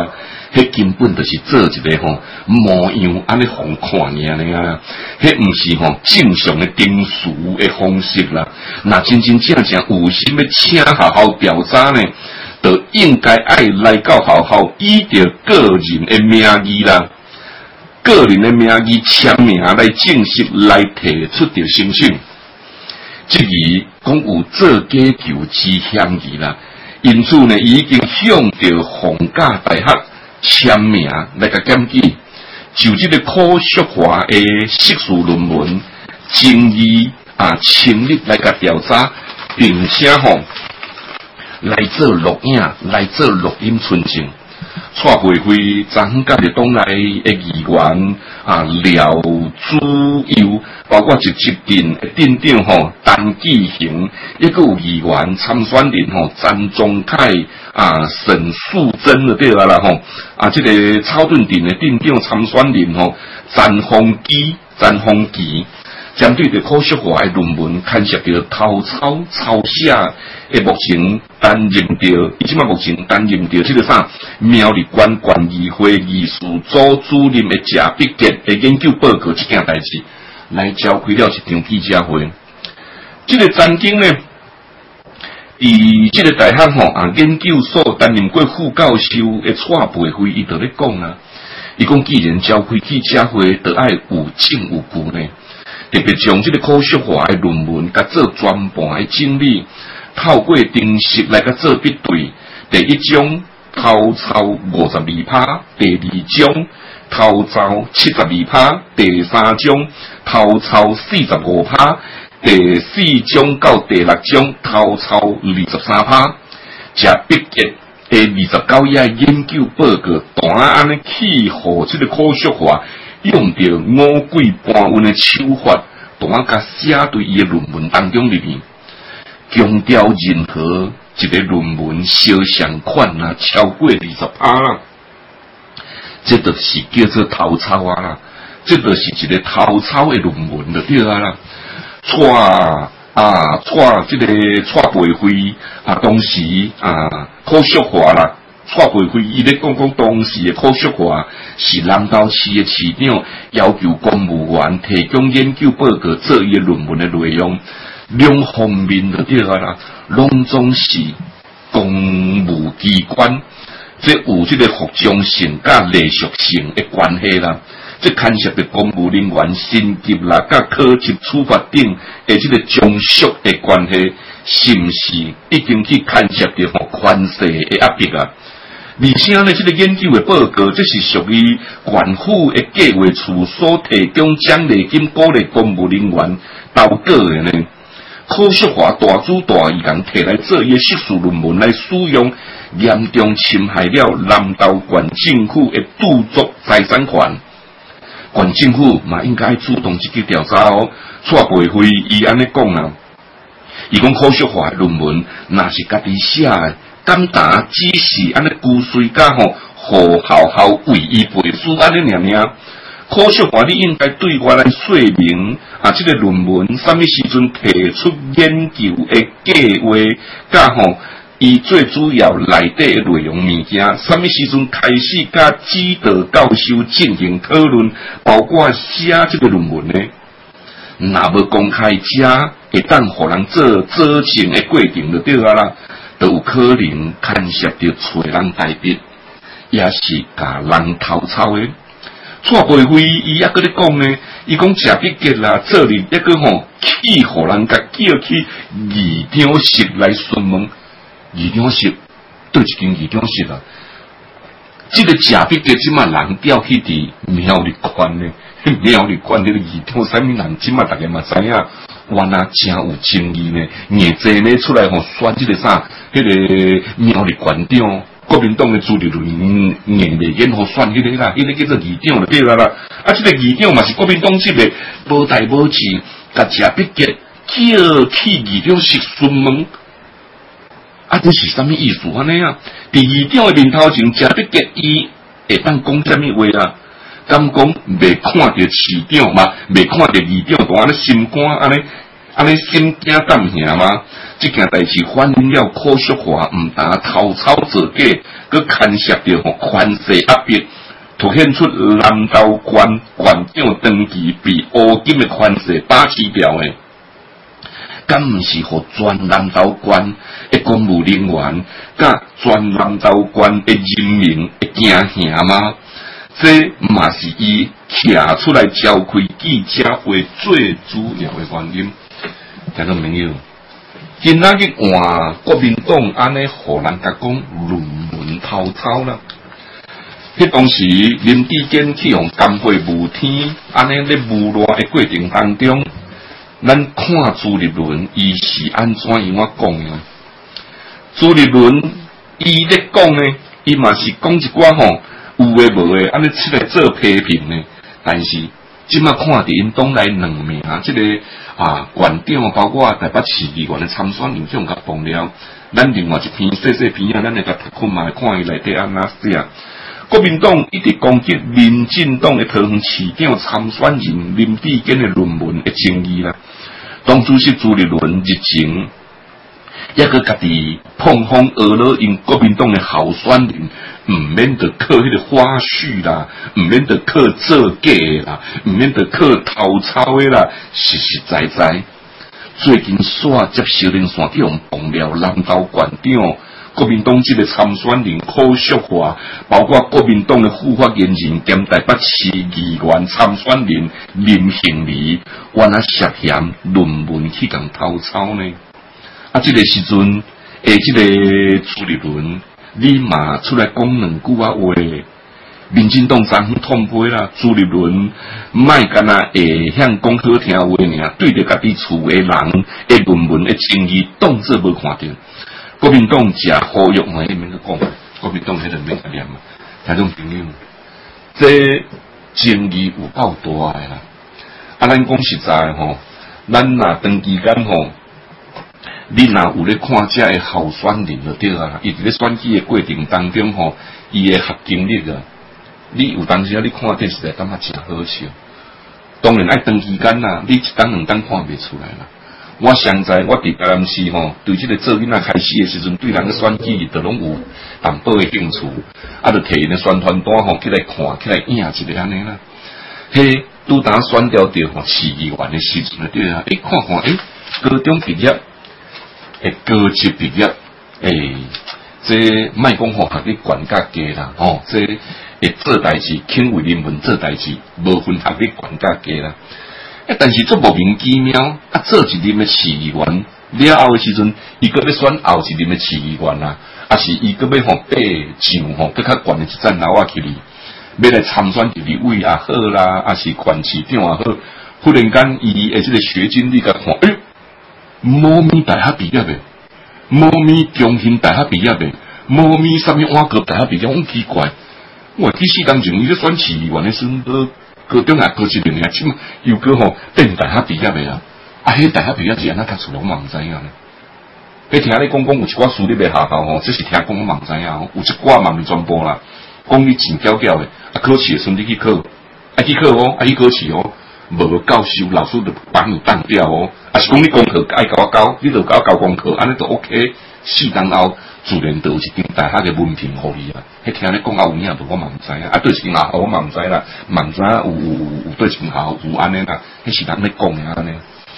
迄根本就是做一个模样安尼互看尔啊，迄毋是正常的定数的方式啦。那真正有心要请学校调查呢，就应该爱来到学校依照个人的名义啦，个人的名义签名来正式来提出着申请。即个讲有做假球之嫌疑啦，因此呢，已经向着逢甲大学签名来甲检举，就这个科学化的硕士论文争议清理来甲调查，并且来做录影、来做录音存证。蔡培慧昨甲着党内的议员廖主佑，包括一任镇长陈继雄，抑个有议员参选人詹宗凯沈素贞就对啦这个草屯镇的镇长参选人詹丰基。针对着科学化的论文牵涉到偷抄、抄写的，目前担任着，伊即马目前担任着这个苗栗县县议会议事组主任的谢必杰的研究报告这件代志，来召开了一场记者会。这个曾经呢，伫这个大学研究所担任过副教授的蔡培慧，伊就咧讲啦，伊讲既然召开记者会，就爱有证有据呢。特别将这个科学化的论文甲做全盘的整理，透过定式来甲做比对。第一种偷抄52%，第二种偷抄72%，第三种偷抄45%，第四种到第六种偷抄23%。这毕业的29页研究报告，当然安尼去互这个科学化。用着五鬼搬运的手法，同啊甲写对伊的论文当中里面，强调任何一个论文肖像款超过20%啦，这就是叫做偷抄啦，这就是一个偷抄的论文就对啦。这个蔡培慧当时科学化啦。蔡培慧伊咧讲当时的科学化是南投市的市长要求公务员提供研究报告做伊论文的内容，两方面就对啦，拢总是公务机关，这有这个服装性甲艺术性的关系啦。这牵涉到公务人员薪级啦，甲考级处罚等的这个中属的关系，是毋是已经去牵涉到权势的压迫啊？而且呢，这个研究的报告，这是属于县府的计划处所提供奖励金鼓励公务人员投稿的呢。科学化大主大意共摕来做伊硕士论文来使用，严重侵害了南投县政府的著作财产权。县政府嘛应该主动积极调查哦。蔡培慧伊安尼讲啦，伊讲科学化的论文若是家己写的。简单只是安尼估算甲互校为伊背书安尼尔。科学化你应该对我来说明这个论文什么时阵提出研究的计划，甲伊最主要内底的内容物件，什么时阵开始甲指导教授进行讨论，包括写这个论文呢？若无公开者，会当互人做佐证的过程就对啦。都有可能牵涉到找人代笔，也是甲人偷抄的。蔡培慧伊还搁咧讲呢，伊讲谢必杰啦，做哩一个去互人甲叫去议长室来询问，议长室对一间议长室啊。这个谢必杰即马人调去伫苗栗县呢，苗栗县这个议长啥物人，即马大家嘛知影。原来真有争议呢，硬济呢出来选这个迄个苗栗县长，国民党的朱立伦硬袂演选迄个啦，迄个叫做议长就对啦。这个议长嘛是国民党籍的，无代无志，甲谢必杰叫去议长室询问，这是啥物意思安尼啊？伫议长的面头前，谢必杰伊会当讲啥物话啊？敢讲未看到市长嘛？未看到议长，当安尼心肝安尼安尼心惊胆吓吗？这件代志反映了科学化唔但偷抄作假，佮牵涉着权势压迫，凸显出南投县县长登记被乌金的权势把持掉的。敢毋是互全南投县的公务人员，甲全南投县的人民会惊吓吗？这嘛是伊徛出来召开记者会最主要的原因。听众朋友，今仔日换国民党安尼，互人甲讲论文偷抄啦。迄当时林志坚去用干会雾天，安尼咧雾热的过程当中，咱看朱立伦伊是安怎样讲呢？朱立伦伊咧讲呢，伊嘛是讲一寡吼有诶无诶，安尼出来做批评呢。但是即马看伫因党内两名即个县长，包括台北市议员诶参选人，种甲放了。咱另外一篇细细篇咱会甲读看卖，看伊内底安怎写。国民党一直攻击民进党诶桃园市长参选人林志坚诶论文诶争议啦。当主席朱立伦日前抑个家己碰风而落，因国民党诶候选人毋免得靠迄个花絮啦，毋免得靠作假啦，毋免得靠偷抄诶啦，实实在在。最近煞接收人线去用爆料南投县长国民党这个参选人科学化，包括国民党的副发言人兼台北市议员参选人林幸利，原来涉嫌论文去共偷抄呢。这个时阵，这个朱立伦，你嘛出来讲两句话。民进党昨昏痛批啦，朱立伦卖干那会向讲好听话尔，对着家己厝的人的论文的争议，当作无看到。国民党只呼吁我，免去讲，国民党迄个免念啊，听众朋友，这争议有够大的啦。咱讲实在吼，咱若长期间吼，你若有咧看这个候选人就对啊，伊伫咧选举的过程当中吼，伊的学经历啊。你有当时你看电视台感觉真好笑，当然爱长期间啦，你一档两档看袂出来啦。我现在我伫台南市吼，对这个做囡仔开始的时阵，对人个选举都拢有淡薄的兴趣，就摕因的宣传单吼起来看，起来影一个安尼啦。迄拄当选调着吼市议员的时阵对啊，看看高中毕业，高职毕业，这莫讲吼学历悬甲低啦，这。会做代志，肯为人民做代志，无分学历悬甲低啦。但是做莫名其妙，做一任的市议员了后的时阵，伊搁要选后一任的市议员啦，是伊搁要爬上搁较悬的一层楼起哩，要来参选立委也好啦，是县市长也好，忽然间伊的这个学经历甲看，猫咪大学毕业的，猫咪中兴大学毕业的，猫咪什么外国大学毕业，很奇怪。我第四当前，伊咧选市议员的时阵，高中也高一年啊，起码又个变大学毕业的啊，迄大学毕业是安怎读出来，我嘛毋知影呢。听你讲有一寡私立的学校这是听讲我嘛毋知影有一寡嘛毋全部啦。讲你真搅搅的，考试的时阵你去考，去考去考试无教授老师就帮你当掉是讲你功课爱甲我交，你就甲我交功课，安尼就 OK。4年后。自然就有一间大学嘅文凭互你啊！迄听你讲有影无？我嘛毋知影。对一间学校我嘛毋知啦，嘛毋知有对一间学校有安尼啦，迄是人咧讲嘅安尼。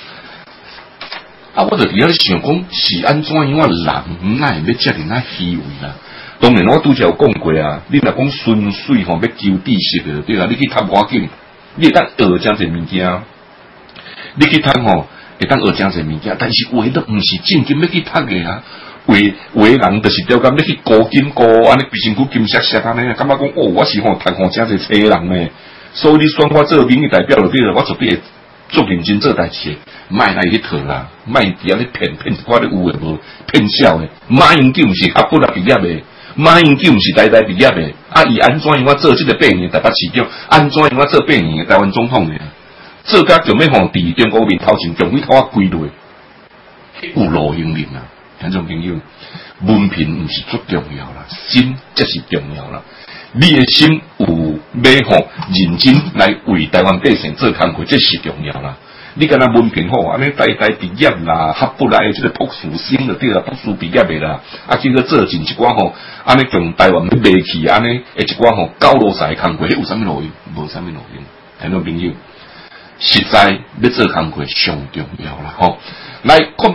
我就伫遐咧想讲，是安怎样人哪会要遮尔那虚伪啦？当然我拄则有讲过啊，你若讲纯粹要求知识嘅对啦，你去读我紧，你会当学真侪物件，你去读会当学真侪物件，但是话都毋是正经要去读嘅啊。为人就是调咁，你去高金高安尼规身躯金闪闪安尼，感觉讲我是读真侪册人呢，所以你选我做民意代表就对了，我绝对会做认真做代志，莫来去套啦，莫伫遐咧骗一寡咧有诶无骗小诶。马英九毋是哈佛毕业诶，马英九毋是台大毕业诶，伊安怎样我做这个8年台北市长，安怎样我做8年台湾总统诶，做甲就要伫中国面头前中尾头啊归落，有路用人啊！听众朋友，文凭毋是最重要啦，心才是重要啦。你的心有要认真来为台湾百姓做工作，这是重要啦。 你敢若文凭好，安尼大毕业啦，合不来即个博士生就对啦，博士毕业的啦，啊，结果做进一寡吼，安尼从台湾卖去，安尼一寡吼高路赛工课，有啥物路用？无啥物路用，听众朋友，实在要做工课上重要啦吼。来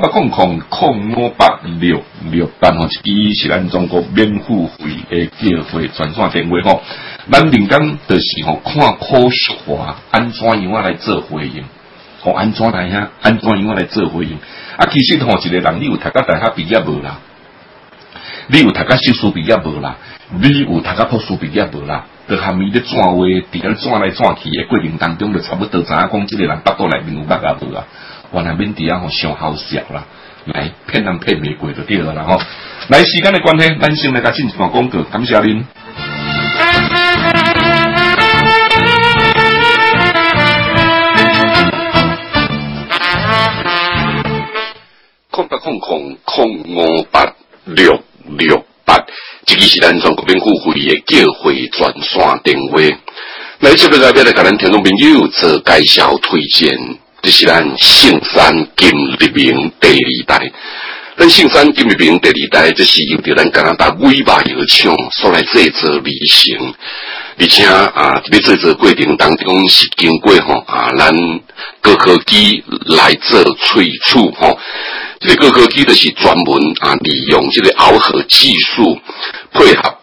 ，0800058668吼，一是咱中国免付费的叫会专线电话吼。咱民间就是吼看科学化，安怎样来做回应？吼，安怎来遐？安怎样来做回应？啊，其实吼，一个人你有读到大学毕业无啦？你有读到硕士毕业无啦？你有读到博士毕业无啦？就含伊咧转话，伫咧转来转去的过程当中，就差不多知影讲，即个人巴肚内面有捌啊无啊？原来免伫啊吼上好笑啦，来骗人骗袂过就对了啦吼。来时间的关系，咱先来甲进一段广告，感谢恁。0800058668，这个是咱全国免付费的叫会专线电话。来这边来甲咱听众朋友做介绍推荐。这是咱圣山金立明第二代，咱圣山金立明第二代，这是由着咱加拿大尾巴药厂所来制作而成，而且在制作过程当中是经过咱高科技来做萃取这个高科技就是专门利用这个螯合技术，配合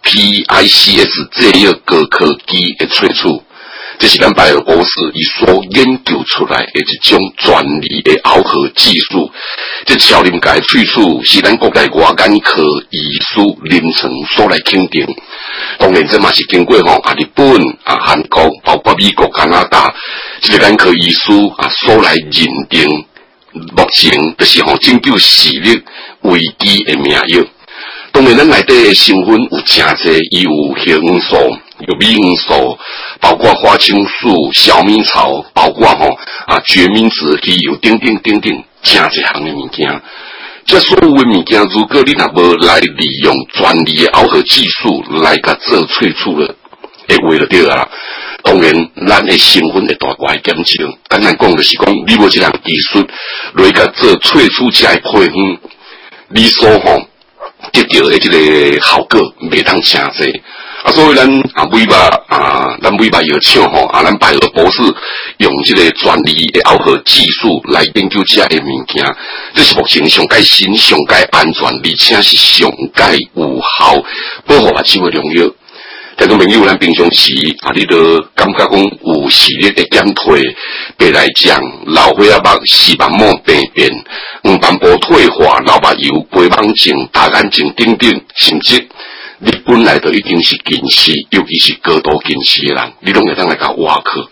PICS 这个高科技的萃取。这是咱拜尔博士伊所研究出来的一种专利的螯合技术，这超临界萃取是咱国内外眼科医师临床所来肯定。当然，这嘛是经过日本、韩国，包括美国、加拿大，这个眼科医师所来认定，目前就是拯救视力危机的名药。当然，咱内底的成分有真侪，伊有叶黄素。有米黄素，包括花青素、小米草，包括决明子，还有等等等等，真侪项的物件。这所有的物件，如果你若无来利用专利的螯合技术来甲做萃取了，会话就对啦。当然，咱的成分会大大减少。简单讲就是讲，你无这项技术来甲做萃取这个配方，你所得到的这个效果袂当真侪。所以咱尾巴咱尾巴药厂咱拜尔博士用这个专利的螯合技术来研究这个物件，这是目前上界新、上界安全，而且是上界有效保护目睭的良药。听众朋友，咱平常时你都感觉讲有视力的减退、白内障、老花眼、视网膜病变、黄斑部退化、老目睭、白网症、大眼睛等等，甚至你本来就已经是近视，尤其是高度近视的人，你拢会当来甲挖课，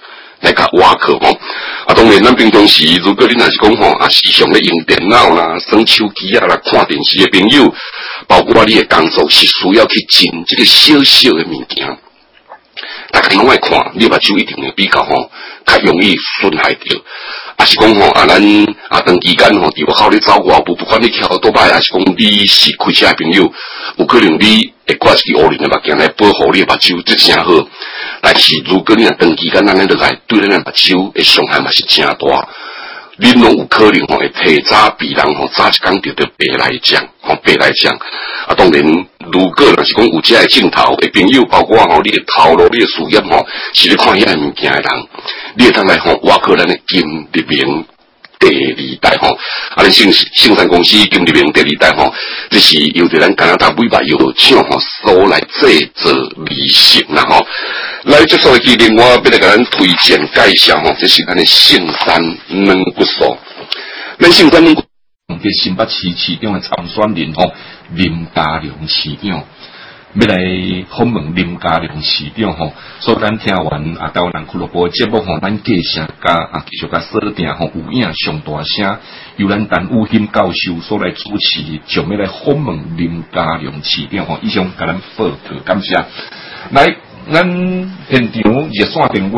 当然，咱平常时，如果你若是讲时常咧用电脑啦、耍手机啦、看电视的朋友，包括你的工作是需要去进这个小小的物件，大家拢爱看，你目睭一定会比较较容易损害掉。是讲咱长期间伫外口咧走外步，不管你跳多摆，还是讲你是开车的朋友，有可能你会挂一支乌灵的目镜来保护你的目睭，这真好。但是如果你若长期间安尼落来，对咱的目睭的伤害嘛是真大。你拢有可能会提早比人早一天得到白内障，白内障。当然，如果若是讲有这个镜头的朋友，包括你的头路、你的事业是咧看遐个物件的人，你会当来挖靠咱的金立明第二代咱圣山公司金立明第二代这是由着咱加拿大尾巴药厂所来制作而成啦来，这所以另外要来给咱推荐介绍这是咱的圣山软骨素。咱圣山软骨在新北市市长的参选人林佳良市长，要来访问林佳良市长所以咱听完台湾人俱乐部的节目咱继续加继续加锁定有影上大声，由咱陈武兴教授所来主持，就要来访问林佳良市长以上甲咱报告，感谢。来，咱现场热线电话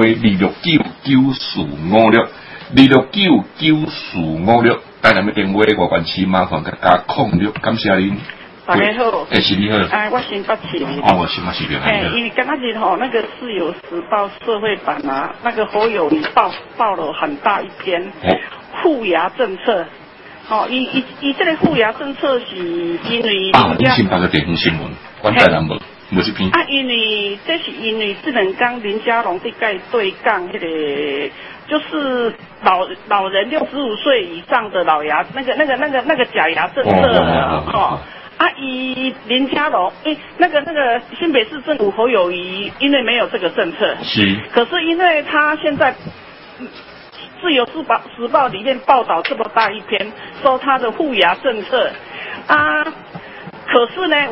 2699456，2699456，带咱的电话外关市麻烦甲加06，感谢您。 大家好， 是你好。 我新北市。 我新北市的。 因为刚才日那个《自由时报》社会版啊，那个侯友宜报了很大一篇护牙政策。伊这个护牙政策是因为你新北个地方新闻，关台南无这篇。 因为这是因为这两天林佳龙在对讲那个。就是老人65岁以上的老牙，那个假牙政策以林佳龙，那个新北市政府侯友宜，因为没有这个政策， 是， 可是因为他现在自由时报里面报道这么大一篇，说他的护牙政策可是呢，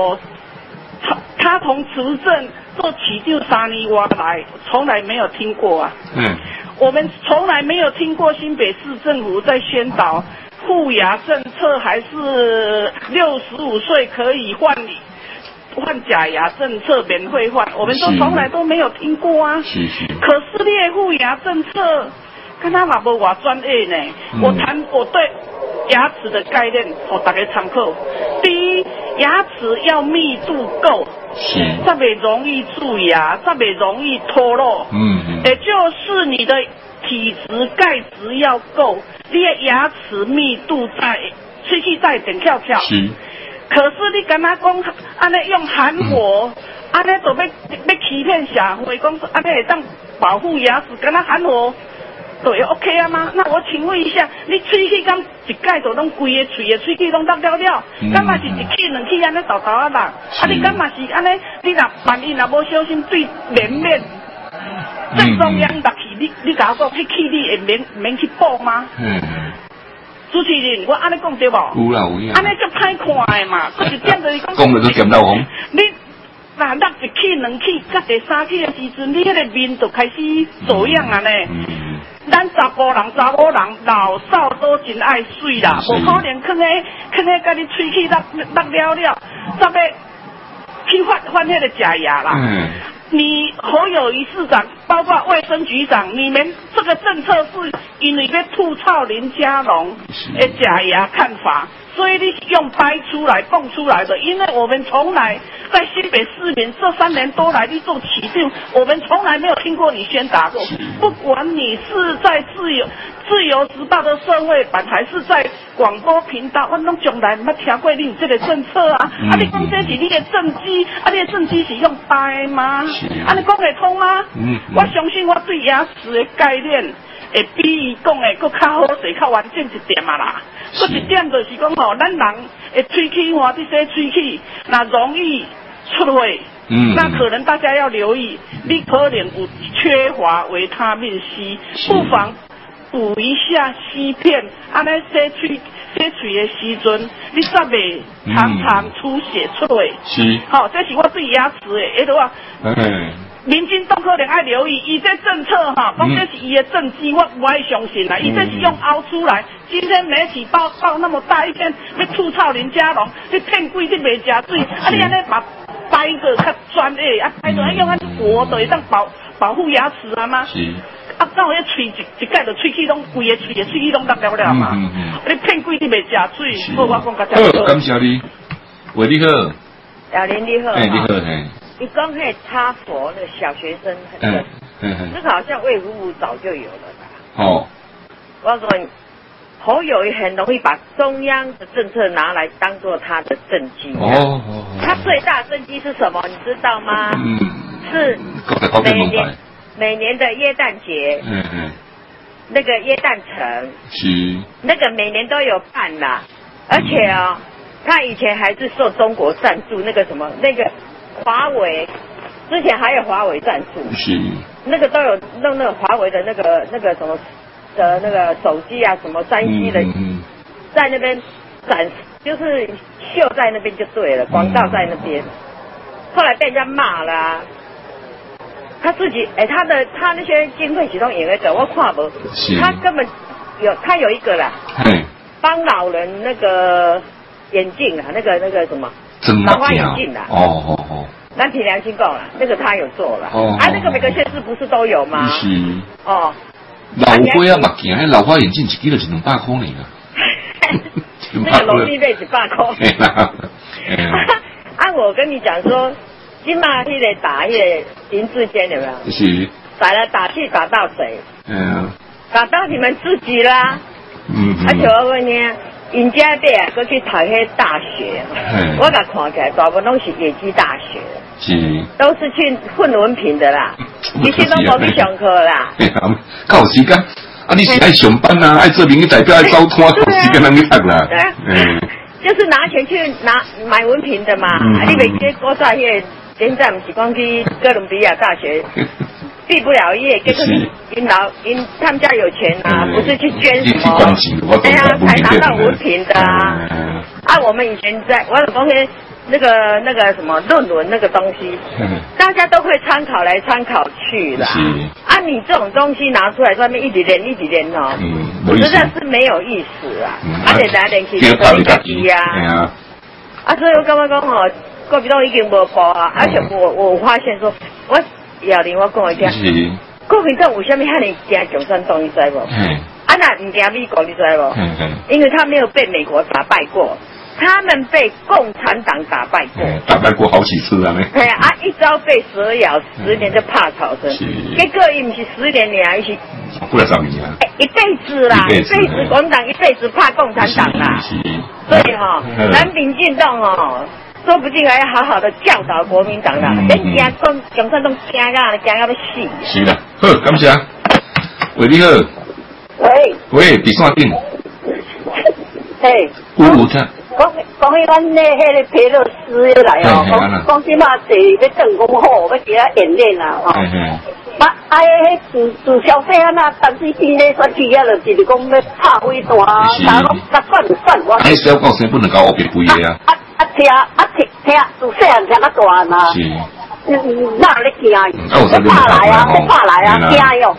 他从执政做起就3年挖来，从来没有听过啊。我们从来没有听过新北市政府在宣导护牙政策，还是65岁可以换假牙政策免费换，我们都从来都没有听过啊。可是列护牙政策，看他嘛无偌专业呢。我对牙齿的概念，给大家参考。第一，牙齿要密度够。才不容易蛀牙，才不容易脱落。也就是你的体质钙质要够，你的牙齿密度吹气再点翘翘。可是你跟他讲，安尼用含火，安尼就要欺骗社会，讲安尼会当保护牙齿，跟他含火。对 ，OK 啊吗？那我请问一下，你喙齿敢一盖就拢规个喙的喙齿拢落了，敢嘛是一气两气安尼豆豆啊啦？你敢嘛是安尼？你若万一若无小心对面正中央落去，你甲我讲，迄气你会免去补吗？主持人，我安尼讲对无？ 有啦有影。 安尼足歹看的嘛，佫一点就是讲。 讲了都咸到红。 你若落一气两气，甲第3气的时阵，你迄个面就开始走样啊呢。咱查甫人老少都真爱水啦，无可能囥喺甲你喙齿落了，再要去换迄个假牙啦。你侯友宜市长，包括卫生局长，你们这个政策是因为要吐槽林佳龙的假牙看法，所以你用掰出来蹦出来的。因为我们从来在新北市民这3年多来你做起定，我们从来没有听过你宣达过。不管你是在自由时报的社会版，还是在广播频道，我拢从来没听过你有这个政策啊！你讲这是你的政绩，你的政绩是用掰吗？你讲得通吗？我相信我对牙齿的概念会比伊讲的佫较好势、较完整一点啊啦。佫一点就是讲咱人的喙齿这些喙齿，那容易出血。那可能大家要留意，你可能有缺乏维他命 C， 不妨补一下硒片，安尼洗喙的时阵，你才袂常常出血出血。这是我对牙齿的，迄个民进党可能爱留意，伊这政策讲这是伊的政绩，我不爱相信啦。伊这是用凹出来，今天媒体报那么大一篇，要吐槽林佳龙，你骗鬼，你袂食水，你安尼把掰个较专业，掰个用安活的，当保护牙齿啊吗？那我迄喙一盖就喙齿拢规个喙齿拢落了嘛。你骗鬼，你袂食水，好，我讲较好，感谢你，喂，你好， 小林你好， 你好， 你讲那插佛的小学生很多，那个好像卫福部早就有了吧？我说侯友宜很容易把中央的政策拿来当做他的政绩。他最大的政绩是什么？你知道吗？是每年的耶诞节。那个耶诞城。那个每年都有办啦，而且他以前还是受中国赞助，那个什么那个华为，之前还有华为赞助，那个都有弄那个华为的那个什么的那个手机啊，什么3C的，在那边展示，就是秀在那边就对了，广告在那边。后来被人家骂了他自己他那些经费启动也会走，我看不，他根本他有一个啦，帮老人那个眼镜啊，那个什么老花眼镜啦，咱凭良心讲啦，那个他有做了，那个每个县市不是都有吗？ 老花啊目镜，迄老花眼镜一支就200块呢。 那个龙利妹100块。 啊，我跟你讲说，今嘛那个打那个林志坚有没有？ 是。 打来打去打到谁？打到你们自己啦。而且我问你，人家辈啊，过去读迄大学，我甲看起来大部分拢是野鸡大学。是。都是去混文凭的啦，其实都无去上课啦。 够时间。啊！你是爱上班啊，爱做民意代表，爱招摊，有时间让你读啦。 就是拿钱去买文凭的嘛。你袂记古早迄个，现在不是讲去哥伦比亚大学毕不了业，结果因他们家有钱啊，不是去捐什么？哎呀，才拿到文凭的啊。啊，我们以前我老公那个什么论文那个东西，大家都会参考来参考去啦。啊，你这种东西拿出来上面一直练哦，实在是没有意思啊。练来练去就可以家己啊。啊，所以我感觉讲吼，国民党已经无报啊，而且我发现说，我姚玲我讲一下，国民党为什么遐尼惊共产党，你知无？啊，那唔惊美国，你知无？因为他没有被美国打败过。他们被共产党打败过， 打败过好几次啊！ 对啊，一朝被蛇咬，10年就怕草绳。结果伊不是10年尔，伊是不了10年啊！ 一辈子啦，一辈子国民党一辈子怕共产党啦。所以哈，咱民进党哦，说不定还要好好的教导国民党啦。人家共产党惊到要死。 是啦，好，感谢。喂，你好。喂，第三顶。 嘿。 有听。 讲起咱迄个皮勒斯来哦，讲即马是要转工好，要给他演练啦吼。迄自消费啊那，但是今咧选举啊，就是讲要拍飞弹，甲算我。 小高生不能搞乌白灰的啊。 听，自细汉听到大嘛。是。哪咧惊？拍来啊，拍来啊，惊哟。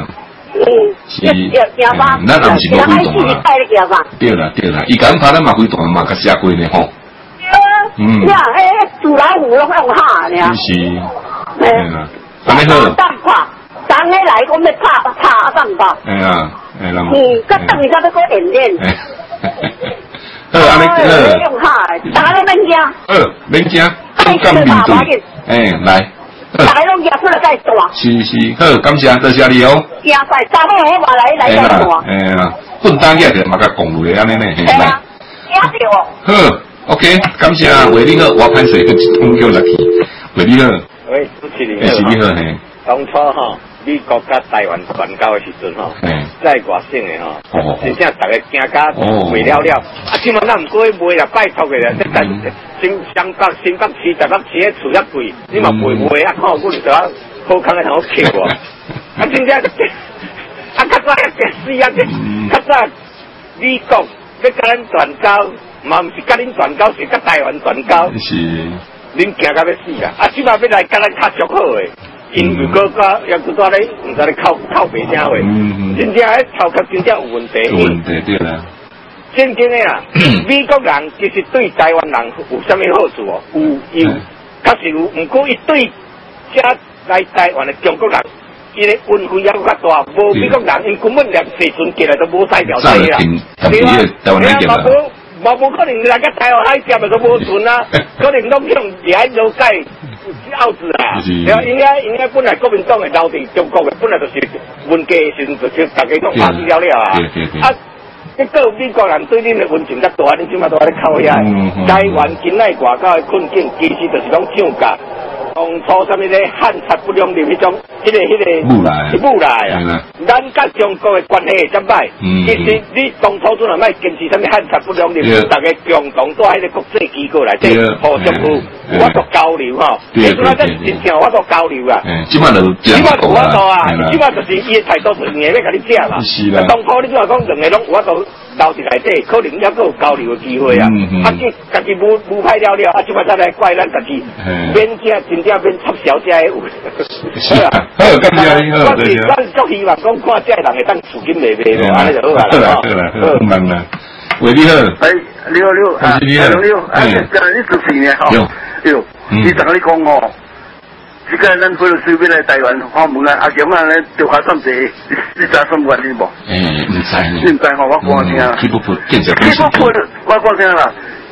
咱也不是无飞弹啦。对啦，伊敢拍咱嘛飞弹嘛，甲射过呢吼。 呀，自来虎拢用下呢。 是。啦，安尼好。 当拍，当起来讲要拍啊，当吧。 啦。 甲当伊甲要搁演练。 好，安尼好。 用下，大家免惊。 免惊，勇敢面对。来。 大家拢举出来解大。 是，好，感谢，多谢你哦。 惊晒，昨晚迄话来解大。 笨蛋个就嘛甲讲落安尼呢。 系啊，惊着哦。 好 ，OK， 感谢，喂你好，我潘水个通叫落去，喂你好。 喂，主持人。 是你好嘿。 当初吼，美国甲台湾断交的时阵吼，在外省的吼，真正大家惊甲袂了了。啊，即满咱唔过卖啦，拜托个啦，新北市、台北市的厝遐贵，你嘛卖啊，看阮就啊好康的通扣我。啊，真正啊，较早遐电视啊，较早美国要甲咱断交，嘛唔是甲恁断交，是甲台湾断交。 是。 恁惊甲要死啦！啊，即摆要来甲咱较足好诶。因为个也不多咧，唔知咧靠白啥话，真正迄头壳真正有问题。 有问题对啦。 真正诶啦，美国人其实对台湾人有啥物好处哦？有，确实有。不过伊对遮来台湾的中国人，伊个运费也较大。无美国人，因根本连坐船过来都无使条车啦。对啊，无可能来个台湾海峡都无船啊，可能拢用掠了解。澳子啊，应该本来国民党的留伫中国的，本来就是文革的时阵，就大家拢拍死了啊。啊，结果美国人对恁的温情较大，恁即马都喺咧靠遐。台湾今仔外交的困境，其实就是讲涨价。当初啥物咧汉贼不两立迄种，迄个武来啊，咱甲中国的关系怎歹？其实你当初阵啊，莫坚持啥物汉贼不两立，大家共同在迄个国际机构内底互相有法度交流吼。你阵啊，真正有法度交流啊。 即马就有法度啊，即马就是伊的态度是硬要甲你食啦。是啦。当初你怎啊讲，两个拢有法度留伫内底，可能还佫有交流的机会啊。啊，家己无派了，啊，即马再来怪咱家己，免真正免插小姐有。 是啊，好，感谢你好。 咱足希望讲看这人会当资金卖卖咯，安尼就好啦。 好，唔忙啦。喂，你好。 你好，你好，你主持呢？有，你怎个讲哦？即个咱菲律宾要来台湾访问啊，阿强啊咧就发算济，你知什么原因无？ 唔知呢。 唔知吼，我讲听。 去不建设。 我讲听啦。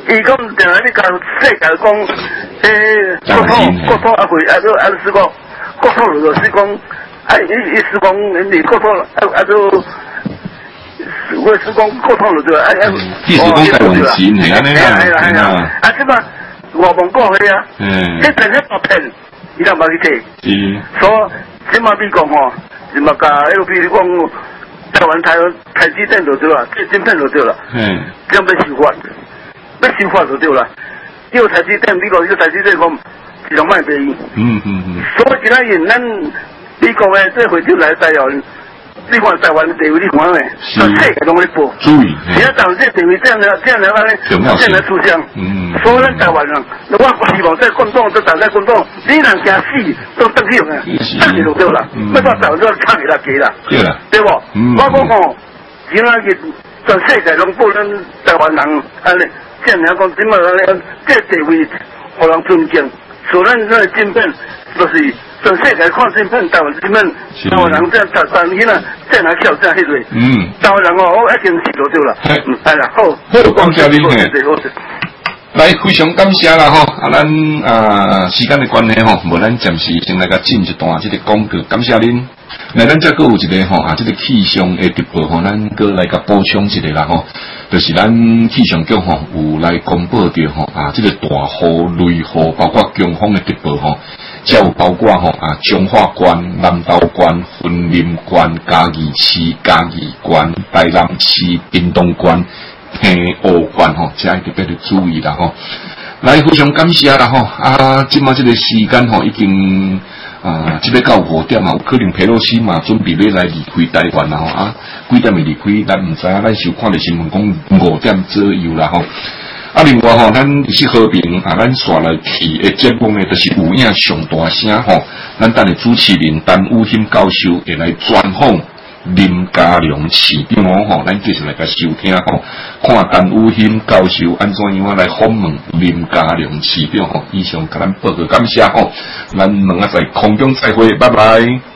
伊讲定来你甲世界讲，国土啊会是讲国土就是讲，伊是讲你国土就。我是讲沟通了对吧？ 意思讲台湾钱係安尼啦，即嘛外蒙講佢啊，即係一百片，伊就冇去睇。所以即嘛美國吼，就嘛甲 LP 講台灣台積電就對啦，即晶片就對啦，咁要修法就對啦。呢個台積電美國呢個台積電講自動賣俾伊。所以其他人咱美國嘅即係回頭來台灣。你看台灣的地位，你看咩？全世界攏在報。注意，而家台灣這地位這樣來出現。所以咱台灣人，我希望在廣東，在大家廣東，你人驚死都登去用啊，登去就對啦。乜話台灣都差別啦，幾啦？對啦，對不？我講吼，今仔日全世界攏報咱台灣人，安尼，這樣講點啊？這地位互人尊敬，所以咱這晶片就是。全世界看晶片，台灣晶片，台灣人這但係呢，真係挑戰迄個。台灣人哦，我已經試到咗啦。係啦，好。好，感謝你嘅。 來，非常感謝啦吼，咱時間嘅關係吼，無咱暫時先來甲進一段即個廣告，感謝恁。來，咱再閣有一個吼，即個氣象嘅直播吼，咱閣來甲補充一個啦吼，就是咱氣象局吼有來公布着吼即個大雨、雷雨，包括強風嘅直播吼。即有包括彰化縣、南投縣、雲林縣、嘉義市、嘉義縣、台南市、屏東縣、平湖縣即係特別要注意啦吼。來，非常感謝啦吼。即馬即個時間吼已經即個到5點有可能佩洛西嘛準備要來離開台灣啦吼。幾點會離開？咱唔知啊，咱收看的新聞講5點左右啦吼。另外吼，咱歷史和平咱刷來去的節目呢，就是有影上大聲吼，咱等下主持人陳武興教授會來專訪林佳龍市長吼，咱繼續來甲收聽吼，看陳武興教授安怎樣來訪問林佳龍市長吼，以上甲咱報告感謝吼，咱兩個在空中再會，拜拜。